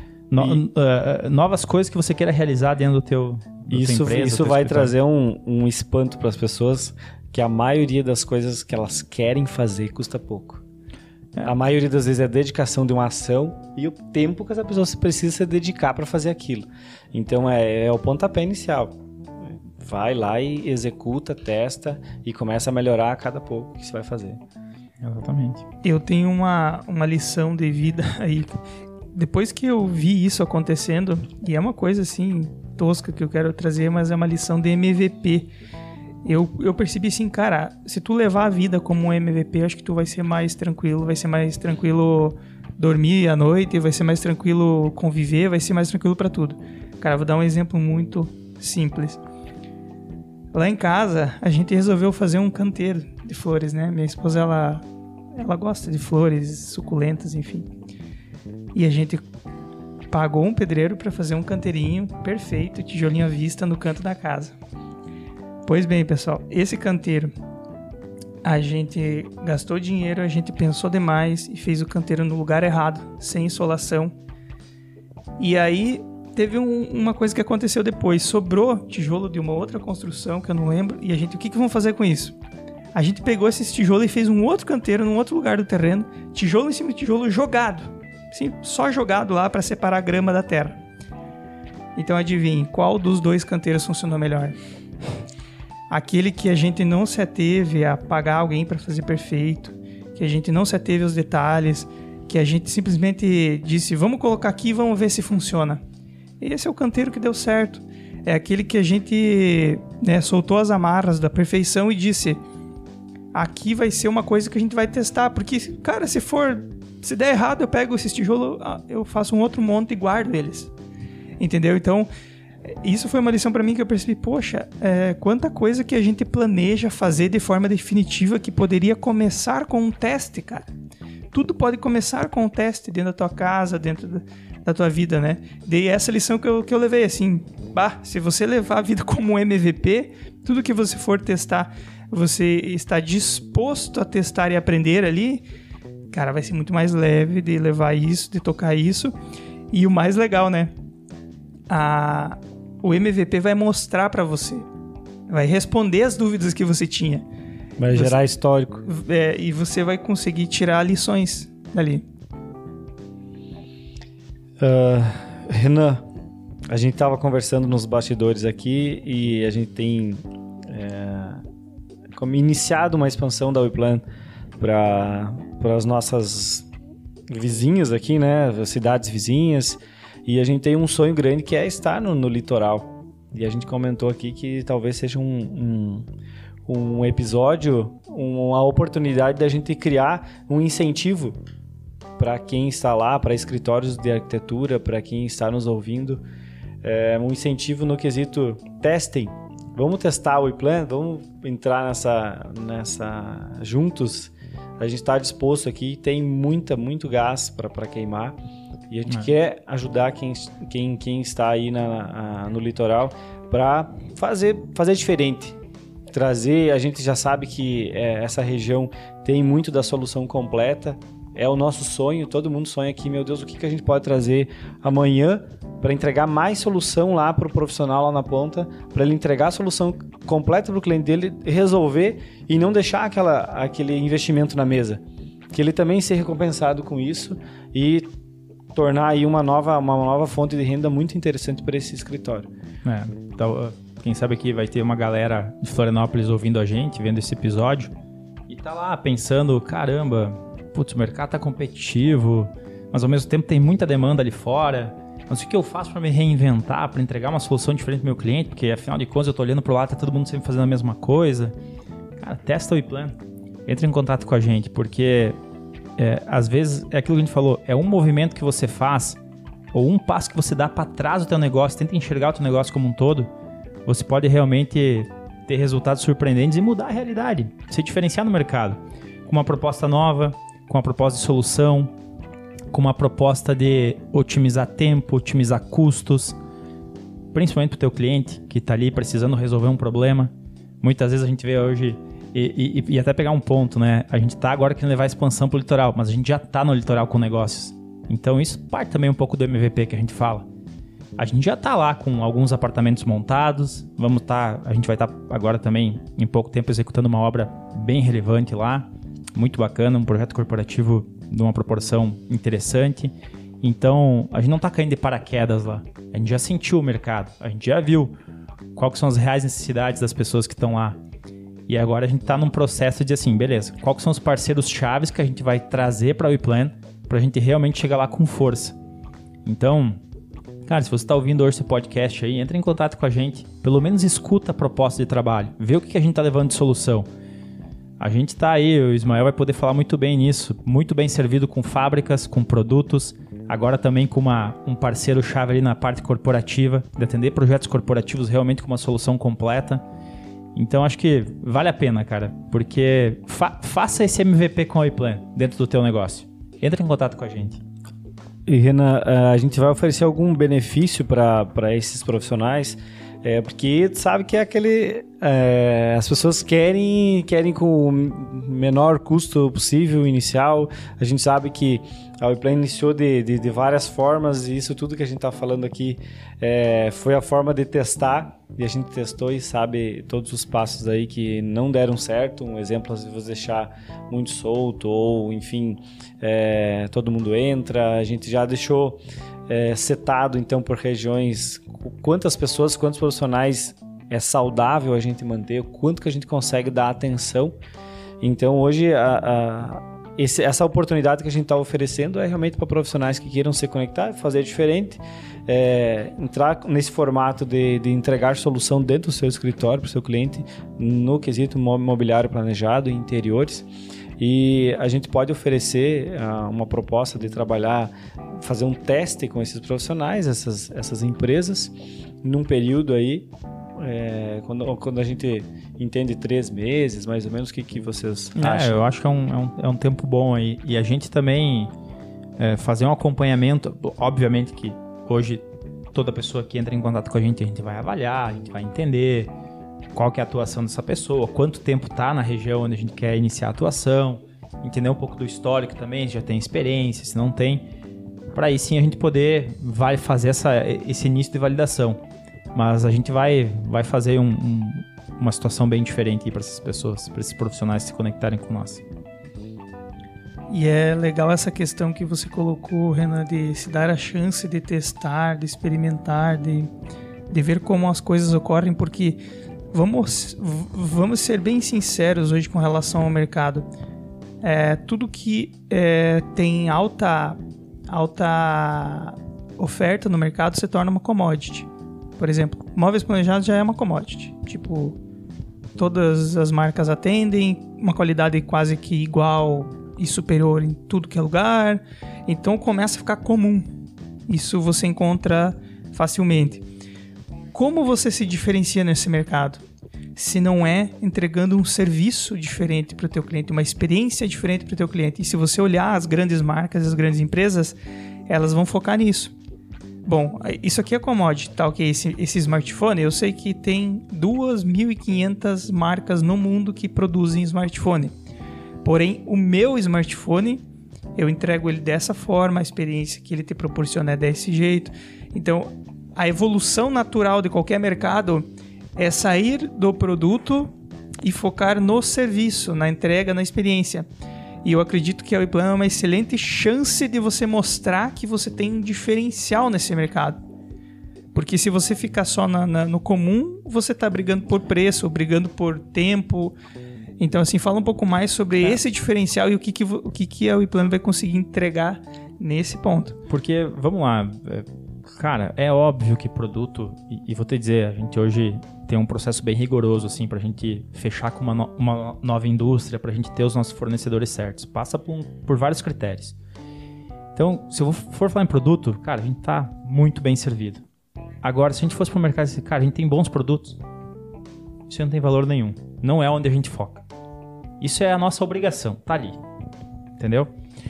Speaker 5: coisas que você queira realizar dentro do teu empresa.
Speaker 4: Isso vai trazer um espanto para as pessoas, que a maioria das coisas que elas querem fazer custa pouco. A maioria das vezes é a dedicação de uma ação e o tempo que essa pessoa precisa se dedicar para fazer aquilo. Então é o pontapé inicial. Vai lá e executa, testa e começa a melhorar a cada pouco que você vai fazer.
Speaker 5: Exatamente.
Speaker 3: Eu tenho uma lição de vida aí. Depois que eu vi isso acontecendo, e é uma coisa assim tosca que eu quero trazer, mas é uma lição de MVP. Eu percebi assim, cara, se tu levar a vida como um MVP, acho que tu vai ser mais tranquilo dormir à noite, vai ser mais tranquilo conviver, vai ser mais tranquilo pra tudo. Cara, vou dar um exemplo muito simples. Lá em casa, a gente resolveu fazer um canteiro de flores, né? Minha esposa, ela gosta de flores suculentas, enfim. E a gente pagou um pedreiro para fazer um canteirinho perfeito, tijolinho à vista no canto da casa. Pois bem, pessoal, esse canteiro, a gente gastou dinheiro, a gente pensou demais e fez o canteiro no lugar errado, sem insolação. E aí teve uma coisa que aconteceu depois. Sobrou tijolo de uma outra construção que eu não lembro. E a gente, o que vamos fazer com isso? A gente pegou esses tijolos e fez um outro canteiro num outro lugar do terreno. Tijolo em cima de tijolo jogado. Sim, só jogado lá para separar a grama da terra. Então adivinhe, qual dos dois canteiros funcionou melhor? Aquele que a gente não se ateve a pagar alguém para fazer perfeito. Que a gente não se ateve aos detalhes. Que a gente simplesmente disse, vamos colocar aqui e vamos ver se funciona. Esse é o canteiro que deu certo. É aquele que a gente soltou as amarras da perfeição e disse, aqui vai ser uma coisa que a gente vai testar, porque, cara, se der errado, eu pego esses tijolos, eu faço um outro monte e guardo eles. Entendeu? Então, isso foi uma lição pra mim que eu percebi, poxa, quanta coisa que a gente planeja fazer de forma definitiva que poderia começar com um teste, cara. Tudo pode começar com um teste dentro da tua casa, dentro da tua vida, né? Daí essa lição que eu levei, assim, se você levar a vida como um MVP, tudo que você for testar, você está disposto a testar e aprender ali, cara, vai ser muito mais leve de levar isso, de tocar isso. E o mais legal, né? O MVP vai mostrar pra você, vai responder as dúvidas que você tinha.
Speaker 4: Vai gerar histórico.
Speaker 3: E você vai conseguir tirar lições dali.
Speaker 4: Renan, a gente estava conversando nos bastidores aqui e a gente tem como iniciado uma expansão da WePlan para as nossas vizinhas aqui, né? As cidades vizinhas, e a gente tem um sonho grande que é estar no litoral. E a gente comentou aqui que talvez seja um episódio, uma oportunidade da gente criar um incentivo para quem está lá, para escritórios de arquitetura, para quem está nos ouvindo, um incentivo no quesito testem. Vamos testar o WePlan, vamos entrar nessa juntos. A gente está disposto aqui, tem muito gás para queimar, e a gente quer ajudar quem está aí no litoral para fazer diferente. Trazer, a gente já sabe que essa região tem muito da solução completa, é o nosso sonho, todo mundo sonha aqui, meu Deus, o que a gente pode trazer amanhã para entregar mais solução lá para o profissional lá na ponta, para ele entregar a solução completa para o cliente dele, resolver e não deixar aquele investimento na mesa. Que ele também ser recompensado com isso e tornar aí uma nova fonte de renda muito interessante para esse escritório.
Speaker 5: Então, quem sabe aqui vai ter uma galera de Florianópolis ouvindo a gente, vendo esse episódio, e tá lá pensando, caramba, putz, o mercado tá competitivo, mas ao mesmo tempo tem muita demanda ali fora, mas o que eu faço para me reinventar, para entregar uma solução diferente pro meu cliente, porque afinal de contas eu tô olhando pro lado, tá todo mundo sempre fazendo a mesma coisa. Cara, testa o WePlan, entra em contato com a gente, porque às vezes é aquilo que a gente falou, é um movimento que você faz, ou um passo que você dá para trás do teu negócio, tenta enxergar o teu negócio como um todo, você pode realmente ter resultados surpreendentes e mudar a realidade, se diferenciar no mercado, com uma proposta nova, com uma proposta de solução, com uma proposta de otimizar tempo, otimizar custos, principalmente para o teu cliente que está ali precisando resolver um problema. Muitas vezes a gente vê hoje, e até pegar um ponto, né? A gente está agora querendo levar a expansão para o litoral, mas a gente já está no litoral com negócios. Então isso parte também um pouco do MVP que a gente fala. A gente já está lá com alguns apartamentos montados, a gente vai estar agora também em pouco tempo executando uma obra bem relevante lá, muito bacana, um projeto corporativo de uma proporção interessante. Então, a gente não está caindo de paraquedas lá. A gente já sentiu o mercado, a gente já viu quais são as reais necessidades das pessoas que estão lá. E agora a gente está num processo de assim, beleza, quais são os parceiros chaves que a gente vai trazer para o WePlan para a gente realmente chegar lá com força. Então, cara, se você está ouvindo hoje esse podcast aí, entra em contato com a gente, pelo menos escuta a proposta de trabalho, vê o que a gente está levando de solução. A gente está aí, o Ismael vai poder falar muito bem nisso, muito bem servido com fábricas, com produtos, agora também com um parceiro-chave ali na parte corporativa, de atender projetos corporativos realmente com uma solução completa. Então acho que vale a pena, cara, porque faça esse MVP com a WePlan dentro do teu negócio. Entra em contato com a gente.
Speaker 4: E Renan, a gente vai oferecer algum benefício para esses profissionais, porque tu sabe que é aquele... as pessoas querem com o menor custo possível inicial. A gente sabe que a WePlan iniciou de várias formas, e isso tudo que a gente está falando aqui foi a forma de testar, e a gente testou e sabe todos os passos aí que não deram certo. Um exemplo, às vezes deixar muito solto, ou enfim, todo mundo entra. A gente já deixou setado então por regiões quantas pessoas, quantos profissionais é saudável a gente manter, o quanto que a gente consegue dar atenção. Então hoje essa oportunidade que a gente está oferecendo é realmente para profissionais que queiram se conectar, fazer diferente, entrar nesse formato de entregar solução dentro do seu escritório para o seu cliente no quesito mobiliário planejado e interiores. E a gente pode oferecer uma proposta de trabalhar, fazer um teste com esses profissionais, essas empresas, num período aí, quando a gente entende 3 meses, mais ou menos, o que vocês acham?
Speaker 5: Eu acho que é um tempo bom aí. E a gente também, fazer um acompanhamento. Obviamente que hoje toda pessoa que entra em contato com a gente vai avaliar, a gente vai entender qual que é a atuação dessa pessoa, quanto tempo está na região onde a gente quer iniciar a atuação, entender um pouco do histórico também, se já tem experiência, se não tem, para aí sim a gente poder fazer esse início de validação. Mas a gente vai fazer uma situação bem diferente para essas pessoas, para esses profissionais se conectarem com nós.
Speaker 3: E é legal essa questão que você colocou, Renan, de se dar a chance de testar, de experimentar, de ver como as coisas ocorrem, porque vamos ser bem sinceros hoje com relação ao mercado. Tudo que tem alta oferta no mercado se torna uma commodity. Por exemplo, móveis planejados já é uma commodity. Tipo, todas as marcas atendem, uma qualidade quase que igual e superior em tudo que é lugar. Então começa a ficar comum. Isso você encontra facilmente. Como você se diferencia nesse mercado? Se não é entregando um serviço diferente para o teu cliente, uma experiência diferente para o teu cliente. E se você olhar as grandes marcas, as grandes empresas, elas vão focar nisso. Bom, isso aqui é commodity, tá? Ok, esse smartphone, eu sei que tem 2.500 marcas no mundo que produzem smartphone. Porém, o meu smartphone, eu entrego ele dessa forma, a experiência que ele te proporciona é desse jeito. Então, a evolução natural de qualquer mercado é sair do produto e focar no serviço, na entrega, na experiência. E eu acredito que a WePlan é uma excelente chance de você mostrar que você tem um diferencial nesse mercado. Porque se você ficar só no comum, você está brigando por preço, brigando por tempo. Então, assim, fala um pouco mais sobre esse diferencial e o que a WePlan vai conseguir entregar nesse ponto.
Speaker 5: Porque, vamos lá, cara, é óbvio que produto, e vou te dizer, a gente hoje tem um processo bem rigoroso, assim, pra gente fechar com uma nova indústria, pra gente ter os nossos fornecedores certos. Passa por vários critérios. Então, se eu for falar em produto, cara, a gente tá muito bem servido. Agora, se a gente fosse pro mercado e dizer, cara, a gente tem bons produtos, isso não tem valor nenhum. Não é onde a gente foca. Isso é a nossa obrigação, tá ali. Entendeu?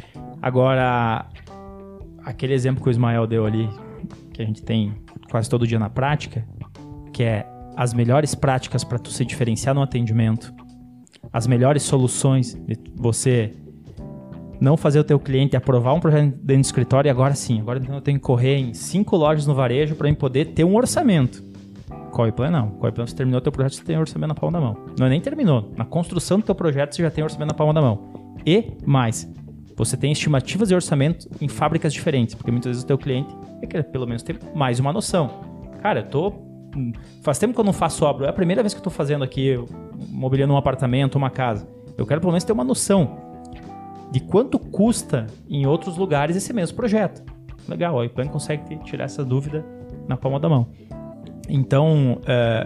Speaker 5: Agora, aquele exemplo que o Ismael deu ali, que a gente tem quase todo dia na prática, que é as melhores práticas para tu se diferenciar no atendimento, as melhores soluções de você não fazer o teu cliente aprovar um projeto dentro do escritório e agora sim, agora eu tenho que correr em 5 lojas no varejo para eu poder ter um orçamento. Com a WePlan não. Com a WePlan você terminou o teu projeto, você tem orçamento na palma da mão. Não é nem terminou. Na construção do teu projeto você já tem orçamento na palma da mão. E mais, você tem estimativas de orçamento em fábricas diferentes, porque muitas vezes o teu cliente quer pelo menos ter mais uma noção. Cara, faz tempo que eu não faço obra, é a primeira vez que eu estou fazendo aqui, mobiliando um apartamento, uma casa. Eu quero pelo menos ter uma noção de quanto custa em outros lugares esse mesmo projeto. Legal, a WePlan consegue tirar essa dúvida na palma da mão. Então,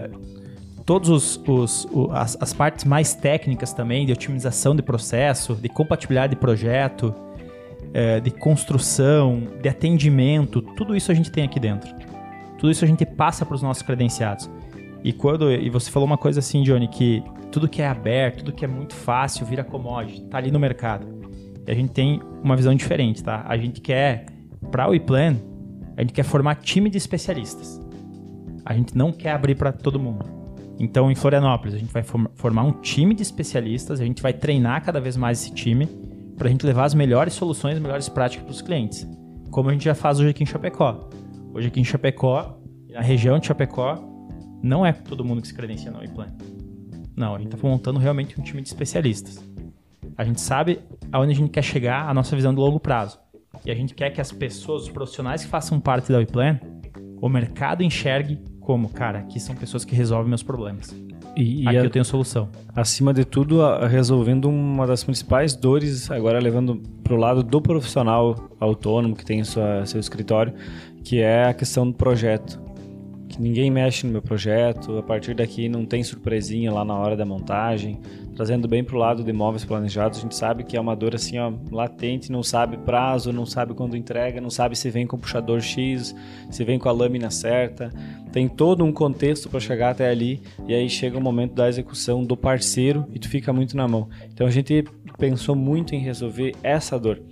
Speaker 5: todas as partes mais técnicas também, de otimização de processo, de compatibilidade de projeto, de construção, de atendimento, tudo isso a gente tem aqui dentro. Tudo isso a gente passa para os nossos credenciados. E você falou uma coisa assim, Johnny, que tudo que é aberto, tudo que é muito fácil vira commodity, tá ali no mercado. E a gente tem uma visão diferente, tá? A gente quer, para a WePlan, a gente quer formar time de especialistas. A gente não quer abrir para todo mundo. Então, em Florianópolis, a gente vai formar um time de especialistas, a gente vai treinar cada vez mais esse time para a gente levar as melhores soluções, as melhores práticas para os clientes. Como a gente já faz hoje aqui em Chapecó. Hoje aqui em Chapecó, na região de Chapecó, não é todo mundo que se credencia na WePlan. Não, a gente está montando realmente um time de especialistas. A gente sabe aonde a gente quer chegar, a nossa visão de longo prazo. E a gente quer que as pessoas, os profissionais que façam parte da WePlan, o mercado enxergue como, cara, aqui são pessoas que resolvem meus problemas. Aqui eu tenho solução. Acima de tudo, resolvendo uma das principais dores, agora levando para o lado do profissional autônomo que tem seu escritório, que é a questão do projeto. Que ninguém mexe no meu projeto, a partir daqui não tem surpresinha lá na hora da montagem. Trazendo bem para o lado de imóveis planejados, a gente sabe que é uma dor assim, ó, latente, não sabe prazo, não sabe quando entrega, não sabe se vem com o puxador X, se vem com a lâmina certa. Tem todo um contexto para chegar até ali e aí chega o momento da execução do parceiro e tu fica muito na mão. Então a gente pensou muito em resolver essa dor.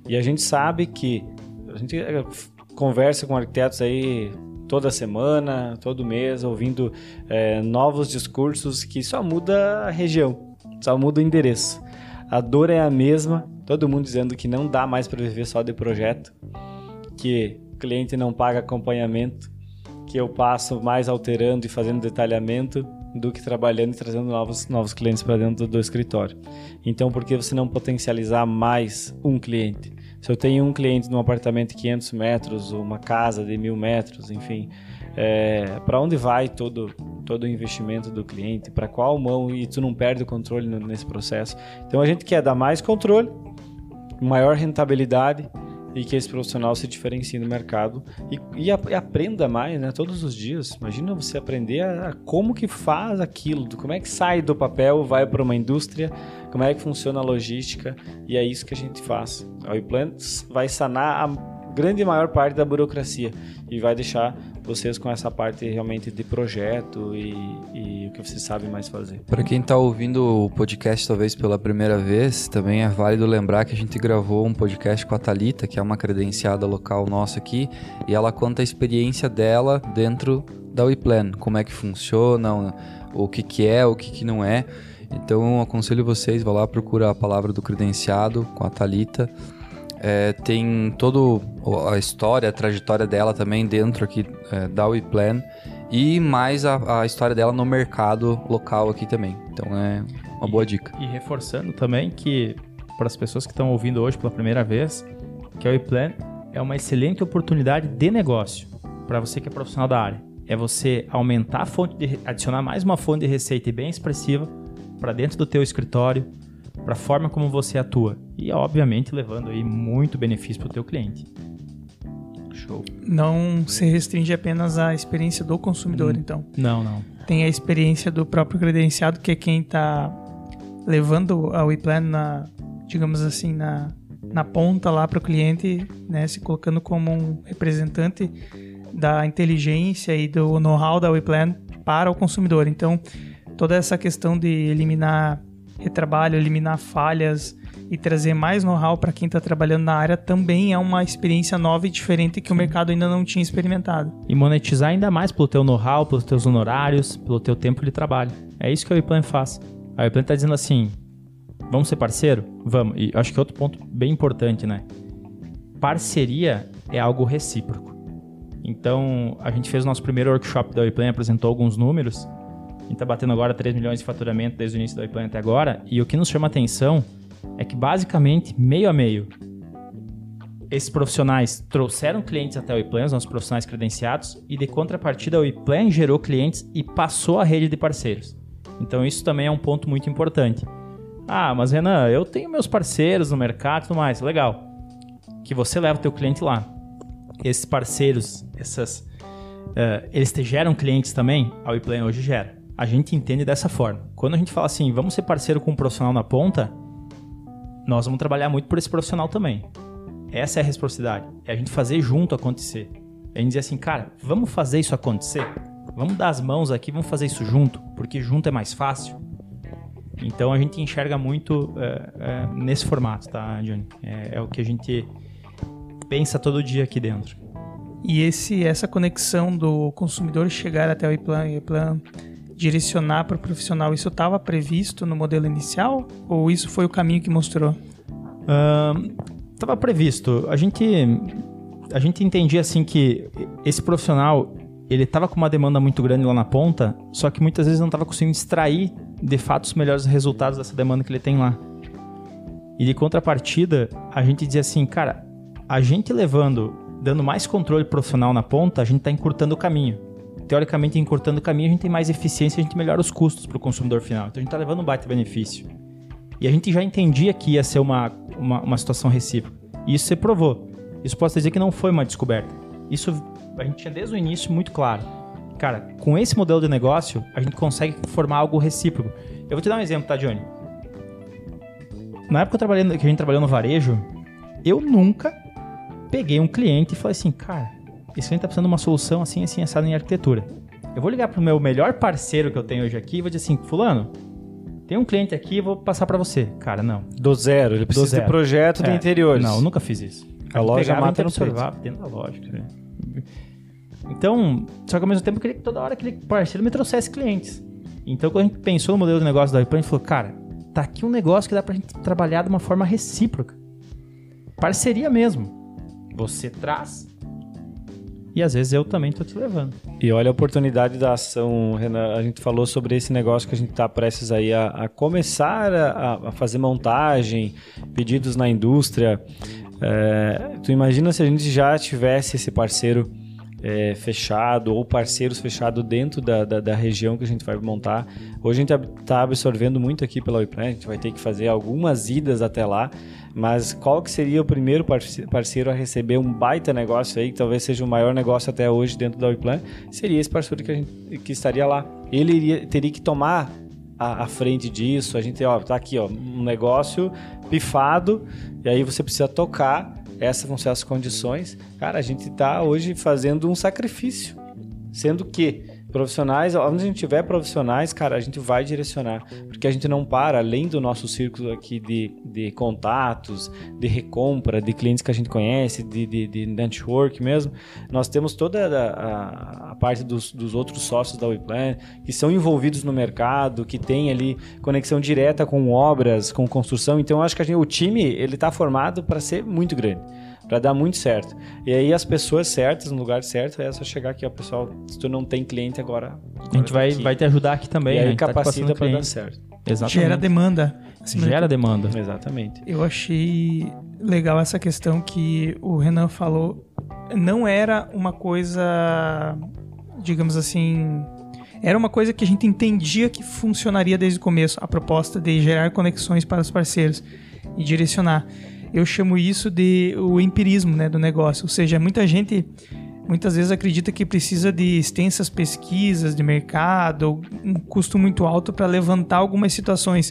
Speaker 4: E a gente sabe que a gente conversa com arquitetos aí toda semana, todo mês, ouvindo novos discursos que só muda a região, só muda o endereço. A dor é a mesma, todo mundo dizendo que não dá mais para viver só de projeto, que o cliente não paga acompanhamento, que eu passo mais alterando e fazendo detalhamento do que trabalhando e trazendo novos clientes para dentro do escritório. Então, por que você não potencializar mais um cliente? Se eu tenho um cliente num apartamento de 500 metros, uma casa de 1.000 metros, enfim, para onde vai todo o investimento do cliente? Para qual mão? E tu não perde o controle nesse processo. Então, a gente quer dar mais controle, maior rentabilidade e que esse profissional se diferencie no mercado e aprenda mais, né? Todos os dias. Imagina você aprender a como que faz aquilo, como é que sai do papel, vai para uma indústria, como é que funciona a logística, e é isso que a gente faz. A Weplan vai sanar a grande e maior parte da burocracia e vai deixar vocês com essa parte realmente de projeto e o que vocês sabem mais fazer.
Speaker 1: Para quem está ouvindo o podcast talvez pela primeira vez, também é válido lembrar que a gente gravou um podcast com a Thalita, que é uma credenciada local nossa aqui, e ela conta a experiência dela dentro da Weplan, como é que funciona, o que é, o que não é. Então eu aconselho vocês, vá lá, procura a palavra do credenciado com a Thalita. Tem toda a história, a trajetória dela também dentro aqui da Weplan e mais a história dela no mercado local aqui também. Então é uma boa dica.
Speaker 5: E reforçando também que para as pessoas que estão ouvindo hoje pela primeira vez, que a Weplan é uma excelente oportunidade de negócio para você que é profissional da área. É você aumentar a fonte adicionar mais uma fonte de receita bem expressiva para dentro do teu escritório, para a forma como você atua e, obviamente, levando aí muito benefício para o teu cliente. Show.
Speaker 3: Não se restringe apenas à experiência do consumidor, então.
Speaker 5: Não.
Speaker 3: Tem a experiência do próprio credenciado, que é quem está levando a Weplan digamos assim, na ponta lá para o cliente, né, se colocando como um representante da inteligência e do know-how da Weplan para o consumidor. Então, toda essa questão de eliminar retrabalho, eliminar falhas e trazer mais know-how para quem está trabalhando na área também é uma experiência nova e diferente que o mercado ainda não tinha experimentado.
Speaker 5: E monetizar ainda mais pelo teu know-how, pelos teus honorários, pelo teu tempo de trabalho. É isso que a Weplan faz. A Weplan está dizendo assim, vamos ser parceiro? Vamos. E acho que outro ponto bem importante, né? Parceria é algo recíproco. Então, a gente fez o nosso primeiro workshop da Weplan, apresentou alguns números. A gente está batendo agora 3 milhões de faturamento desde o início da Weplan até agora. E o que nos chama atenção é que, basicamente, meio a meio, esses profissionais trouxeram clientes até a Weplan, os nossos profissionais credenciados, e de contrapartida a Weplan gerou clientes e passou a rede de parceiros. Então, isso também é um ponto muito importante. Ah, mas Renan, eu tenho meus parceiros no mercado e tudo mais. Legal. Que você leva o teu cliente lá. Esses parceiros, eles te geram clientes também? A Weplan hoje gera. A gente entende dessa forma. Quando a gente fala assim, vamos ser parceiro com um profissional na ponta, nós vamos trabalhar muito por esse profissional também. Essa é a reciprocidade. É a gente fazer junto acontecer. É a gente dizer assim, cara, vamos fazer isso acontecer? Vamos dar as mãos aqui, vamos fazer isso junto, porque junto é mais fácil. Então a gente enxerga muito nesse formato, tá, Johnny? É o que a gente pensa todo dia aqui dentro.
Speaker 3: E essa conexão do consumidor chegar até a Weplan direcionar para o profissional, isso estava previsto no modelo inicial? Ou isso foi o caminho que mostrou?
Speaker 5: Estava previsto. A gente entendia assim que esse profissional ele estava com uma demanda muito grande lá na ponta, só que muitas vezes não estava conseguindo extrair de fato os melhores resultados dessa demanda que ele tem lá. E de contrapartida, a gente dizia assim, cara, a gente dando mais controle profissional na ponta, a gente está encurtando o caminho. Teoricamente, encurtando o caminho, a gente tem mais eficiência, a gente melhora os custos para o consumidor final. Então, a gente está levando um baita benefício. E a gente já entendia que ia ser uma situação recíproca. E isso se provou. Isso posso dizer que não foi uma descoberta. Isso a gente tinha desde o início muito claro. Cara, com esse modelo de negócio, a gente consegue formar algo recíproco. Eu vou te dar um exemplo, tá, Johnny? Na época que a gente trabalhou no varejo, eu nunca peguei um cliente e falei assim, cara, esse cliente tá precisando de uma solução assim, assada em arquitetura. Eu vou ligar pro meu melhor parceiro que eu tenho hoje aqui e vou dizer assim, fulano, tem um cliente aqui, eu vou passar para você. Cara, não.
Speaker 4: Do zero, ele precisa de projeto de interiores.
Speaker 5: Não, eu nunca fiz isso.
Speaker 4: A loja mata no peito.
Speaker 5: Dentro da loja. Então, só que ao mesmo tempo eu queria que toda hora aquele parceiro me trouxesse clientes. Então, quando a gente pensou no modelo de negócio da iPlan, a gente falou, cara, tá aqui um negócio que dá pra gente trabalhar de uma forma recíproca. Parceria mesmo. Você traz e às vezes eu também tô te levando.
Speaker 4: E olha a oportunidade da ação, Renan. A gente falou sobre esse negócio que a gente tá prestes aí a começar a fazer montagem, pedidos na indústria. Tu imagina se a gente já tivesse esse parceiro fechado ou parceiros fechados dentro da região que a gente vai montar. Hoje a gente está absorvendo muito aqui pela WePlan, a gente vai ter que fazer algumas idas até lá, mas qual que seria o primeiro parceiro a receber um baita negócio aí, que talvez seja o maior negócio até hoje dentro da WePlan, seria esse parceiro que estaria lá. Ele teria que tomar a frente disso, a gente tá aqui um negócio pifado, e aí você precisa tocar. Essas vão ser as condições. Cara, a gente está hoje fazendo um sacrifício. Sendo que profissionais, onde a gente tiver profissionais, cara, a gente vai direcionar. Porque a gente não para, além do nosso círculo aqui de contatos, de recompra, de clientes que a gente conhece, de network mesmo. Nós temos toda a parte dos outros sócios da WePlan, que são envolvidos no mercado, que tem ali conexão direta com obras, com construção. Então, eu acho que o time ele está formado para ser muito grande. Para dar muito certo. E aí as pessoas certas, no lugar certo, é só chegar aqui, pessoal, se tu não tem cliente agora
Speaker 5: a gente vai te ajudar aqui também.
Speaker 4: E aí
Speaker 5: né?
Speaker 4: capacita para dar certo.
Speaker 3: Exatamente. Gera demanda.
Speaker 5: Gera demanda.
Speaker 4: Exatamente.
Speaker 3: Eu achei legal essa questão que o Renan falou. Não era uma coisa, digamos assim, era uma coisa que a gente entendia que funcionaria desde o começo, a proposta de gerar conexões para os parceiros e direcionar. Eu chamo isso de o empirismo, né, do negócio. Ou seja, muita gente muitas vezes acredita que precisa de extensas pesquisas de mercado, um custo muito alto para levantar algumas situações.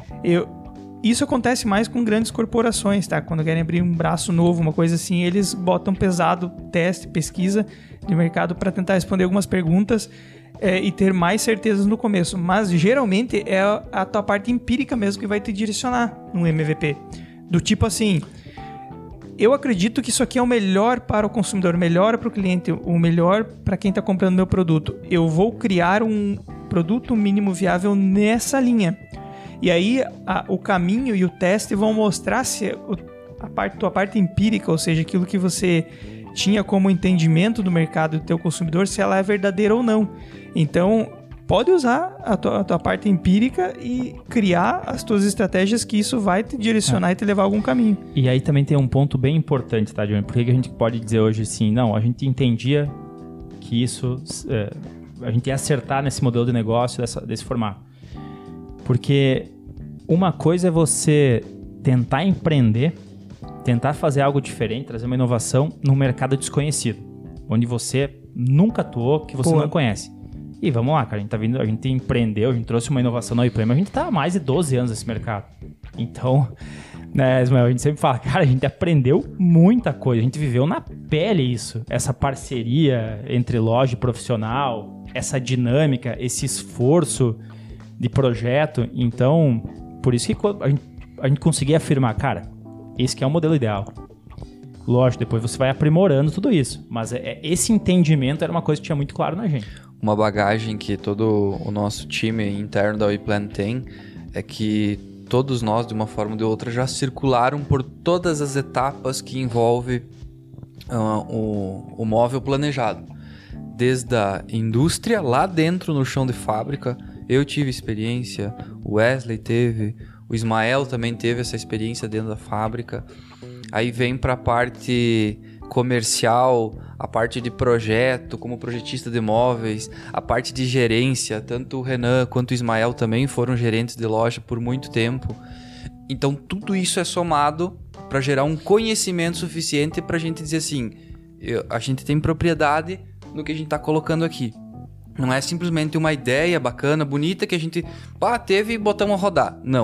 Speaker 3: Isso acontece mais com grandes corporações, tá? Quando querem abrir um braço novo, uma coisa assim, eles botam pesado teste, pesquisa de mercado para tentar responder algumas perguntas e ter mais certezas no começo. Mas geralmente é a tua parte empírica mesmo que vai te direcionar no MVP. Do tipo assim, eu acredito que isso aqui é o melhor para o consumidor, o melhor para o cliente, o melhor para quem está comprando meu produto. Eu vou criar um produto mínimo viável nessa linha. E aí o caminho e o teste vão mostrar se tua parte empírica, ou seja, aquilo que você tinha como entendimento do mercado do teu consumidor, se ela é verdadeira ou não. Então, pode usar a tua parte empírica e criar as tuas estratégias, que isso vai te direcionar e te levar a algum caminho.
Speaker 5: E aí também tem um ponto bem importante, tá, Johnny? Por que a gente pode dizer hoje assim, não, a gente entendia que isso, a gente ia acertar nesse modelo de negócio, desse formato. Porque uma coisa é você tentar empreender, tentar fazer algo diferente, trazer uma inovação num mercado desconhecido, onde você nunca atuou, que você não conhece. E vamos lá, cara, a gente empreendeu, a gente trouxe uma inovação na WePlan, mas a gente tá há mais de 12 anos nesse mercado. Então, né, Ismael, a gente sempre fala, cara, a gente aprendeu muita coisa, a gente viveu na pele isso, essa parceria entre loja e profissional, essa dinâmica, esse esforço de projeto. Então, por isso que a gente conseguia afirmar, cara, esse que é o modelo ideal. Lógico, depois você vai aprimorando tudo isso, mas esse entendimento era uma coisa que tinha muito claro na gente.
Speaker 1: Uma bagagem que todo o nosso time interno da WePlan tem é que todos nós, de uma forma ou de outra, já circularam por todas as etapas que envolve o móvel planejado. Desde a indústria, lá dentro no chão de fábrica, eu tive experiência, o Wesley teve, o Ismael também teve essa experiência dentro da fábrica. Aí vem para a parte comercial, a parte de projeto, como projetista de móveis, a parte de gerência, tanto o Renan quanto o Ismael também foram gerentes de loja por muito tempo. Então tudo isso é somado para gerar um conhecimento suficiente para a gente dizer assim, a gente tem propriedade no que a gente está colocando aqui. Não é simplesmente uma ideia bacana, bonita, que a gente teve e botamos a rodar. Não.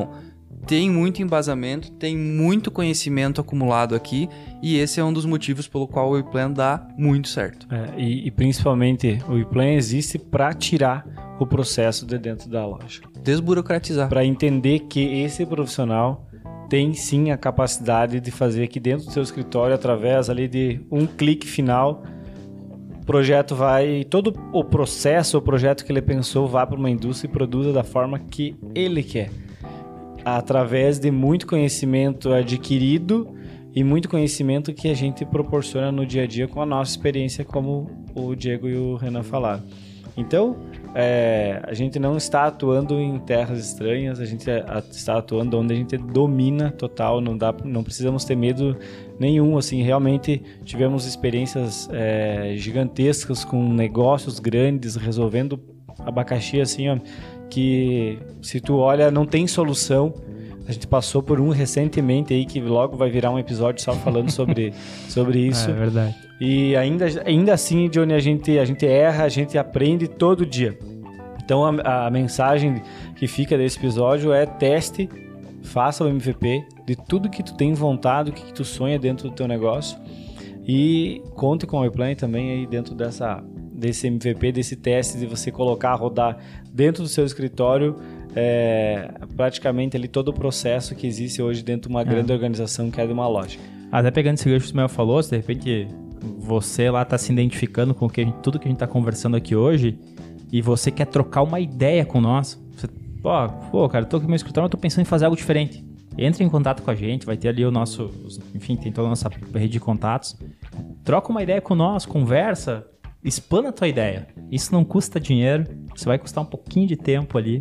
Speaker 1: tem muito embasamento, tem muito conhecimento acumulado aqui, e esse é um dos motivos pelo qual o WePlan dá muito certo.
Speaker 4: E principalmente o WePlan existe para tirar o processo de dentro da loja.
Speaker 1: Desburocratizar.
Speaker 4: Para entender que esse profissional tem sim a capacidade de fazer aqui dentro do seu escritório, através ali de um clique final, o projeto vai, todo o processo, o projeto que ele pensou, vá para uma indústria e produza da forma que ele quer. Através de muito conhecimento adquirido e muito conhecimento que a gente proporciona no dia a dia com a nossa experiência, como o Diego e o Renan falaram. Então, a gente não está atuando em terras estranhas, a gente está atuando onde a gente domina total, não precisamos ter medo nenhum, assim, realmente tivemos experiências gigantescas com negócios grandes, resolvendo abacaxi, assim, ó, que se tu olha, não tem solução. A gente passou por um recentemente aí, que logo vai virar um episódio só falando sobre isso.
Speaker 5: É verdade.
Speaker 4: E ainda assim, Johnny, a gente erra, a gente aprende todo dia. Então a mensagem que fica desse episódio é: teste, faça o MVP de tudo que tu tem vontade, o que tu sonha dentro do teu negócio, e conte com o WePlan também aí dentro desse MVP, desse teste de você colocar, rodar dentro do seu escritório, praticamente ali todo o processo que existe hoje dentro de uma grande organização que é de uma loja.
Speaker 5: Até pegando esse gancho que o Ismael falou, se de repente você lá está se identificando com tudo que a gente está conversando aqui hoje, e você quer trocar uma ideia com nós, você, cara, eu tô aqui no meu escritório, eu tô pensando em fazer algo diferente. Entre em contato com a gente, vai ter ali o nosso, enfim, tem toda a nossa rede de contatos. Troca uma ideia com nós, conversa, expanda a tua ideia. Isso não custa dinheiro, isso vai custar um pouquinho de tempo ali,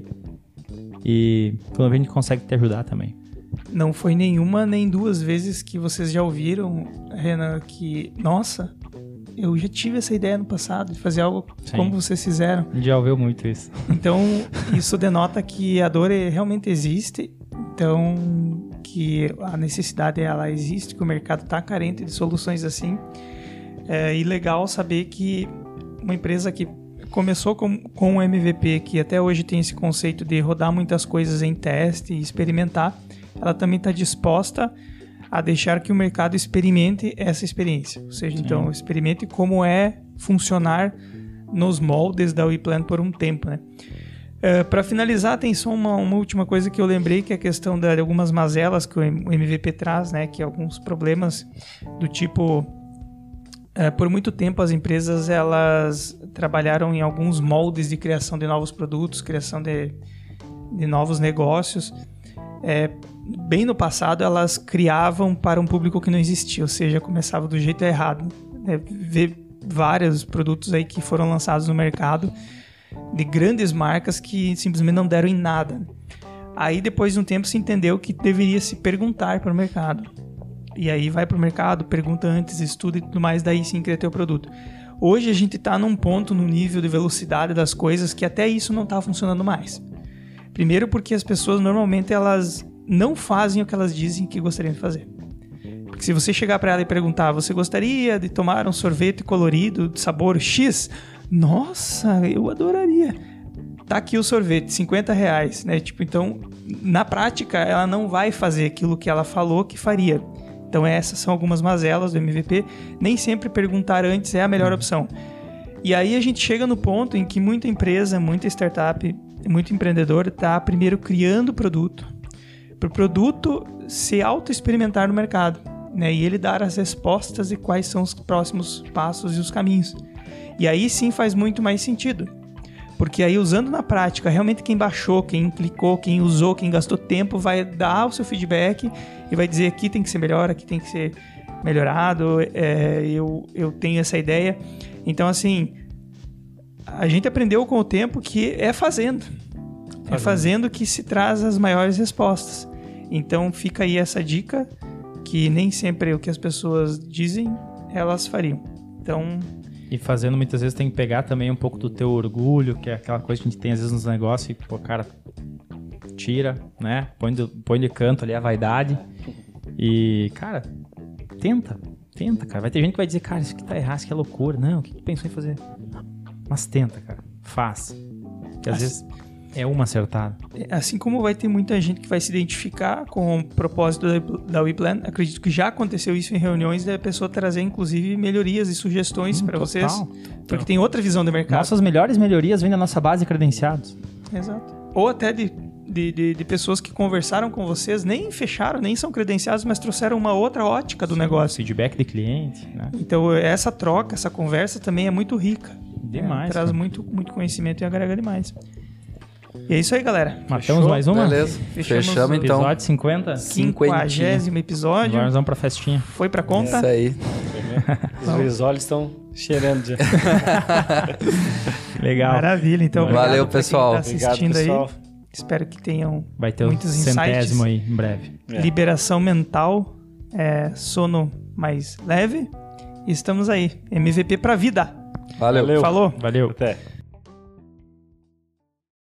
Speaker 5: e pelo menos a gente consegue te ajudar também.
Speaker 3: Não foi nenhuma nem duas vezes que vocês já ouviram, Renan, que, nossa, eu já tive essa ideia no passado de fazer algo como vocês fizeram.
Speaker 5: A gente já ouviu muito isso.
Speaker 3: Então, isso denota que a dor realmente existe, então que a necessidade ela existe, que o mercado está carente de soluções assim. E legal saber que uma empresa que começou com o MVP, que até hoje tem esse conceito de rodar muitas coisas em teste e experimentar, ela também está disposta a deixar que o mercado experimente essa experiência. Ou seja, então, experimente como é funcionar nos moldes da WePlan por um tempo, né? Para finalizar, tem só uma última coisa que eu lembrei, que é a questão de algumas mazelas que o MVP traz, né? Que alguns problemas do tipo... por muito tempo as empresas elas trabalharam em alguns moldes de criação de novos produtos, criação de novos negócios. Bem no passado elas criavam para um público que não existia, ou seja, começava do jeito errado. Ver vários produtos aí que foram lançados no mercado de grandes marcas que simplesmente não deram em nada. Aí depois de um tempo se entendeu que deveria se perguntar para o mercado. E aí vai para o mercado, pergunta antes, estuda e tudo mais, daí sim cria teu produto. Hoje a gente está num ponto, no nível de velocidade das coisas, que até isso não está funcionando mais. Primeiro porque as pessoas normalmente elas não fazem o que elas dizem que gostariam de fazer. Porque se você chegar para ela e perguntar, você gostaria de tomar um sorvete colorido de sabor X? Nossa, eu adoraria. Tá aqui o sorvete, R$50, né? Então, na prática, ela não vai fazer aquilo que ela falou que faria. Então essas são algumas mazelas do MVP. Nem sempre perguntar antes é a melhor opção. E aí a gente chega no ponto em que muita empresa, muita startup, muito empreendedor está primeiro criando o produto, para o produto se auto-experimentar no mercado, né? E ele dar as respostas de quais são os próximos passos e os caminhos. E aí sim faz muito mais sentido. Porque aí usando na prática, realmente quem baixou, quem clicou, quem usou, quem gastou tempo vai dar o seu feedback e vai dizer aqui tem que ser melhor, aqui tem que ser melhorado, eu tenho essa ideia. Então assim, a gente aprendeu com o tempo que é fazendo. É fazendo que se traz as maiores respostas. Então fica aí essa dica, que nem sempre o que as pessoas dizem, elas fariam. Então...
Speaker 5: E fazendo muitas vezes tem que pegar também um pouco do teu orgulho, que é aquela coisa que a gente tem às vezes nos negócios, e pô, cara, tira, né? Põe de canto ali a vaidade e, cara, tenta, cara. Vai ter gente que vai dizer, cara, isso aqui tá errado, isso aqui é loucura. Não, o que tu pensou em fazer? Mas tenta, cara, faz. Que às vezes... É uma acertada.
Speaker 3: Assim como vai ter muita gente que vai se identificar com o propósito da WePlan, acredito que já aconteceu isso em reuniões da pessoa trazer, inclusive, melhorias e sugestões para vocês. Porque tem outra visão do mercado.
Speaker 5: Nossas melhores melhorias vêm da nossa base de credenciados.
Speaker 3: Exato. Ou até de pessoas que conversaram com vocês, nem fecharam, nem são credenciados, mas trouxeram uma outra ótica do negócio.
Speaker 5: Feedback de cliente, né?
Speaker 3: Então, essa troca, essa conversa também é muito rica.
Speaker 5: Demais.
Speaker 3: Traz
Speaker 5: cara.
Speaker 3: muito conhecimento e agrega demais. E é isso aí, galera.
Speaker 5: Matamos mais uma?
Speaker 1: Beleza. Fechamos então.
Speaker 5: Episódio 50.
Speaker 3: 50º episódio.
Speaker 5: Agora nós vamos pra festinha.
Speaker 3: Foi pra conta?
Speaker 1: Isso aí.
Speaker 4: Os olhos estão cheirando já.
Speaker 5: Legal.
Speaker 3: Maravilha. Então, obrigado
Speaker 1: Valeu,
Speaker 3: pra
Speaker 1: pessoal.
Speaker 3: quem tá assistindo
Speaker 4: Obrigado, pessoal.
Speaker 3: aí. Espero que tenham
Speaker 5: Vai ter o
Speaker 3: muitos insights.
Speaker 5: 100º aí, em breve.
Speaker 3: Liberação mental, sono mais leve. E estamos aí. MVP pra vida.
Speaker 1: Valeu.
Speaker 4: Valeu.
Speaker 3: Falou.
Speaker 5: Valeu.
Speaker 4: Até.